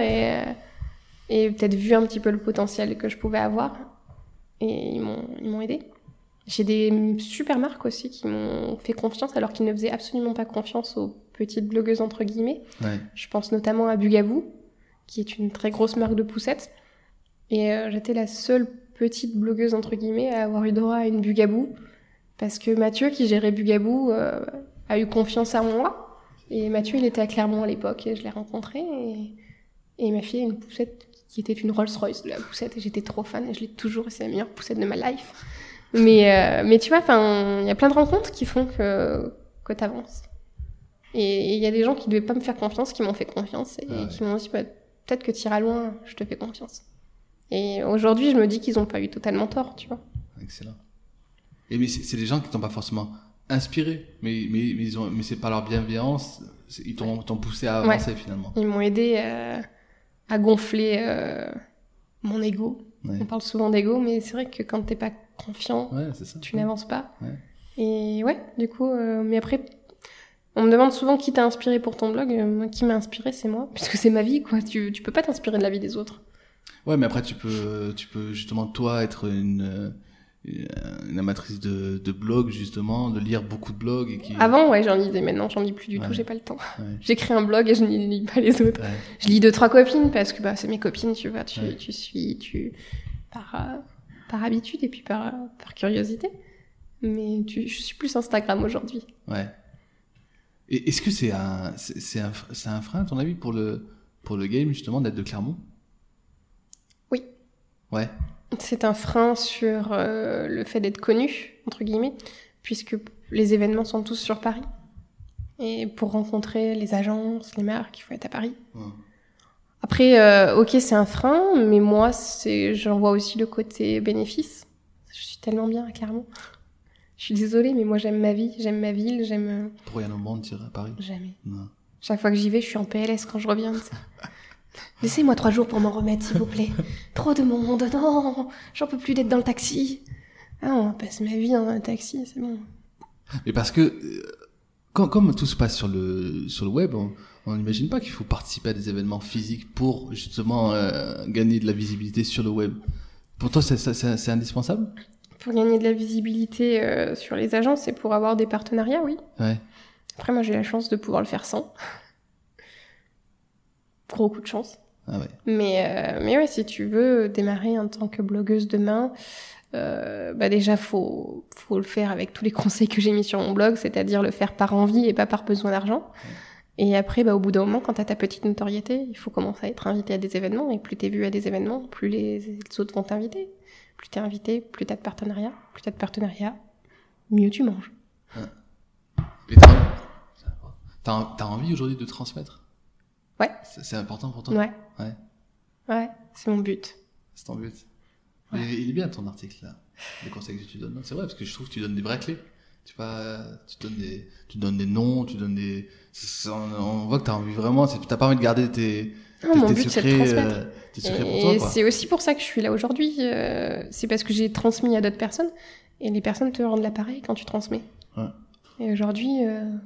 et peut-être vu un petit peu le potentiel que je pouvais avoir. Et ils m'ont aidée. J'ai des super marques aussi qui m'ont fait confiance alors qu'ils ne faisaient absolument pas confiance aux petites blogueuses entre guillemets. Ouais. Je pense notamment à Bugaboo, qui est une très grosse marque de poussettes. Et j'étais la seule petite blogueuse entre guillemets à avoir eu droit à une Bugaboo. Parce que Mathieu, qui gérait Bugaboo, a eu confiance en moi. Et Mathieu, il était à Clermont à l'époque et je l'ai rencontré. Et il m'a fait une poussette qui était une Rolls-Royce de la poussette. Et j'étais trop fan et je l'ai toujours, et c'est la meilleure poussette de ma life. Mais tu vois, il y a plein de rencontres qui font que t'avances. Et il y a des gens qui devaient pas me faire confiance, qui m'ont fait confiance et qui m'ont dit peut-être que t'iras loin, je te fais confiance. Et aujourd'hui, je me dis qu'ils ont pas eu totalement tort, tu vois. Excellent. Et mais c'est des gens qui t'ont pas forcément inspiré, mais c'est par leur bienveillance, ils t'ont poussé à avancer finalement. Ils m'ont aidé à gonfler mon ego. Ouais. On parle souvent d'ego, mais c'est vrai que quand t'es pas confiant, tu n'avances pas. Ouais. Et ouais, du coup, mais après, on me demande souvent qui t'a inspiré pour ton blog. Moi, qui m'a inspiré, c'est moi, puisque c'est ma vie, quoi. Tu peux pas t'inspirer de la vie des autres. Ouais, mais après, tu peux justement, toi, être une amatrice de blog, justement, de lire beaucoup de blogs. Avant, ouais, j'en lisais. Maintenant, j'en lis plus du tout, j'ai pas le temps. Ouais. J'écris un blog et je ne lis pas les autres. Ouais. Je lis 2-3 copines parce que c'est mes copines, tu vois. Tu suis par habitude et puis par curiosité. Mais je suis plus Instagram aujourd'hui. Ouais. Et est-ce que c'est un frein, à ton avis, pour le game, justement, d'être de Clermont ? Oui. Ouais. C'est un frein sur le fait d'être connu, entre guillemets, puisque les événements sont tous sur Paris. Et pour rencontrer les agences, les marques, il faut être à Paris. Ouais. Après, ok, c'est un frein, mais moi, j'en vois aussi le côté bénéfice. Je suis tellement bien à Clermont. Je suis désolée, mais moi, j'aime ma vie, j'aime ma ville, j'aime... Pour rien au monde, tu irais à Paris ? Jamais. Non. Chaque fois que j'y vais, je suis en PLS quand je reviens. Laissez-moi 3 jours pour m'en remettre, s'il vous plaît. Trop de monde, non, j'en peux plus d'être dans le taxi. Ah, on passe ma vie dans un taxi, c'est bon. Mais parce que, comme tout se passe sur le web, on n'imagine pas qu'il faut participer à des événements physiques pour, justement, gagner de la visibilité sur le web. Pour toi, c'est indispensable ? Pour gagner de la visibilité sur les agences et pour avoir des partenariats, oui. Ouais. Après, moi, j'ai la chance de pouvoir le faire sans. Gros coup de chance. Ah ouais. Mais ouais, si tu veux démarrer en tant que blogueuse demain, déjà, faut le faire avec tous les conseils que j'ai mis sur mon blog, c'est-à-dire le faire par envie et pas par besoin d'argent. Ouais. Et après, au bout d'un moment, quand t'as ta petite notoriété, il faut commencer à être invité à des événements. Et plus t'es vu à des événements, plus les autres vont t'inviter. plus t'es invité, plus t'as de partenariats, mieux tu manges. Et t'as envie aujourd'hui de transmettre ? Ouais. C'est important pour toi ? Ouais, c'est mon but. C'est ton but. Ouais. Il est bien ton article là, les conseils que tu donnes. C'est vrai parce que je trouve que tu donnes des vraies clés. Tu donnes des noms, on voit que t'as envie vraiment, t'as pas envie de garder tes mon but, c'est de transmettre. Tes secrets pour toi, quoi. C'est aussi pour ça que je suis là aujourd'hui. C'est parce que j'ai transmis à d'autres personnes et les personnes te rendent l'appareil quand tu transmets. Ouais. Et aujourd'hui,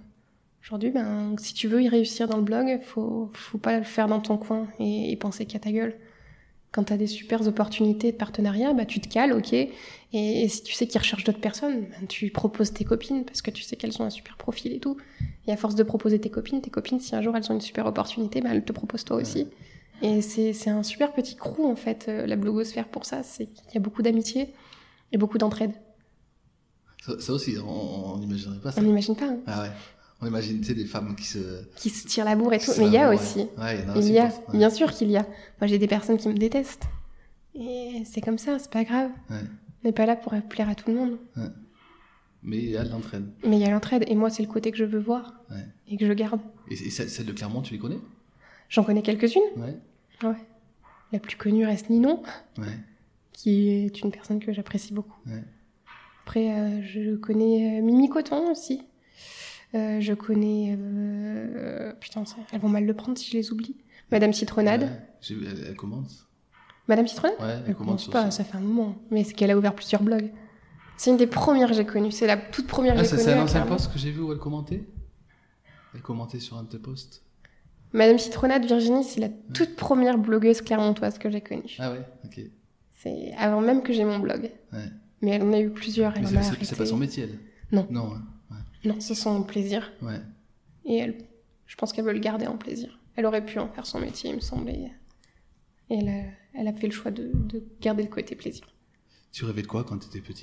si tu veux y réussir dans le blog, faut pas le faire dans ton coin et penser qu'à ta gueule. Quand t'as des super opportunités de partenariat, tu te cales, ok. Et si tu sais qu'ils recherchent d'autres personnes, tu proposes tes copines parce que tu sais qu'elles ont un super profil et tout. Et à force de proposer tes copines, si un jour elles ont une super opportunité, elles te proposent toi aussi. Et c'est un super petit crew en fait, la blogosphère pour ça, c'est qu'il y a beaucoup d'amitié et beaucoup d'entraide. Ça aussi, on n'imaginerait pas ça. On n'imagine pas. Hein. Ah ouais. On imagine, tu sais, des femmes qui se tirent la bourre et tout. Mais il y a aussi. Ouais, bien sûr qu'il y a. Moi, j'ai des personnes qui me détestent. Et c'est comme ça, c'est pas grave. Ouais. On n'est pas là pour plaire à tout le monde. Ouais. Mais il y a de l'entraide. Mais il y a l'entraide. Et moi, c'est le côté que je veux voir. Ouais. Et que je garde. Et celle de Clermont, tu les connais ? J'en connais quelques-unes. Ouais. La plus connue reste Ninon. Ouais. Qui est une personne que j'apprécie beaucoup. Ouais. Après, je connais Mimi Coton aussi. Je connais... putain, elles vont mal le prendre si je les oublie. Madame Citronnade. Elle commence. Madame Citronnade ? Ouais, elle commence pas, ça fait un moment. Mais c'est qu'elle a ouvert plusieurs blogs. C'est une des premières que j'ai connues. C'est la toute première que j'ai connue. C'est un ancien post que j'ai vu où elle commentait ? Elle commentait sur un de tes posts. Madame Citronnade, Virginie, c'est la toute première blogueuse clermontoise que j'ai connue. Ah ouais, ok. C'est avant même que j'ai mon blog. Ouais. Mais elle en a eu plusieurs, elle en a arrêté. C'est pas son métier, elle ? Non. Non, hein. Non, c'est son plaisir. Ouais. Et je pense qu'elle veut le garder en plaisir. Elle aurait pu en faire son métier, il me semblait. Et elle a fait le choix de garder le côté plaisir. Tu rêvais de quoi quand t'étais petite ?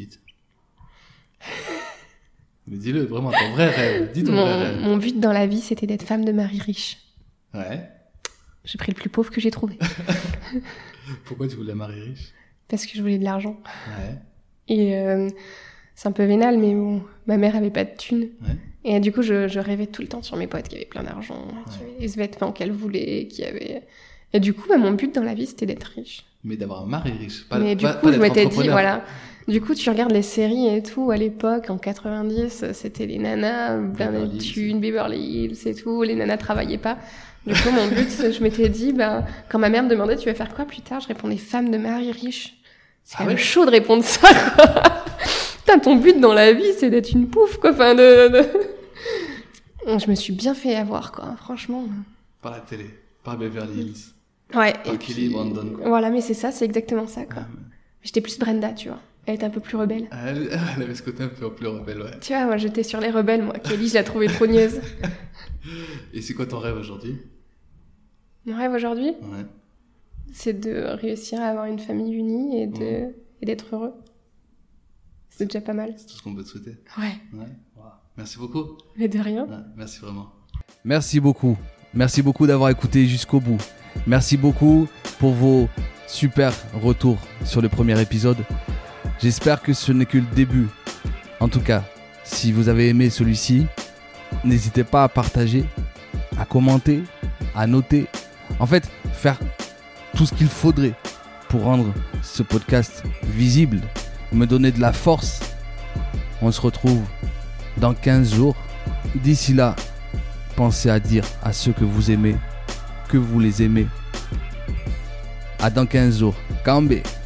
Mais dis-le, vraiment, ton vrai rêve. Dis ton vrai rêve. Mon but dans la vie, c'était d'être femme de mari riche. Ouais. J'ai pris le plus pauvre que j'ai trouvé. Pourquoi tu voulais un mari riche ? Parce que je voulais de l'argent. Ouais. Et c'est un peu vénal, mais bon, ma mère avait pas de thunes. Ouais. Et du coup, je rêvais tout le temps sur mes potes qui avaient plein d'argent, qui avaient les vêtements qu'elles voulaient, qui avaient... Et du coup, mon but dans la vie, c'était d'être riche. Mais d'avoir un mari riche, mais du coup, je m'étais dit, voilà. Du coup, tu regardes les séries et tout, à l'époque, en 90, c'était les nanas, plein de thunes, Beverly Hills et tout, les nanas travaillaient pas. Du coup, mon but, je m'étais dit, quand ma mère me demandait, tu vas faire quoi plus tard, je répondais, femme de mari riche. C'est quand même chaud de répondre ça, quoi. Putain, ton but dans la vie, c'est d'être une pouffe, quoi. Enfin, Je me suis bien fait avoir, quoi, franchement. Par la télé, par Beverly Hills. Ouais. Par Kelly Brandon, quoi. Voilà, mais c'est ça, c'est exactement ça, quoi. J'étais plus Brenda, tu vois. Elle était un peu plus rebelle. Elle avait ce côté un peu plus rebelle, ouais. Tu vois, moi, j'étais sur les rebelles, moi. Kelly, je la trouvais trop nieuse. Et c'est quoi ton rêve aujourd'hui ? Mon rêve aujourd'hui ? Ouais. C'est de réussir à avoir une famille unie et d'être heureux. C'est déjà pas mal. C'est tout ce qu'on peut te souhaiter. Ouais. Wow. Merci beaucoup. Mais de rien. Ouais, merci vraiment. Merci beaucoup. Merci beaucoup d'avoir écouté jusqu'au bout. Merci beaucoup pour vos super retours sur le premier épisode. J'espère que ce n'est que le début. En tout cas, si vous avez aimé celui-ci, n'hésitez pas à partager, à commenter, à noter. En fait, faire tout ce qu'il faudrait pour rendre ce podcast visible, me donner de la force. On se retrouve dans 15 jours. D'ici là, pensez à dire à ceux que vous aimez que vous les aimez. À dans 15 jours. Kambé.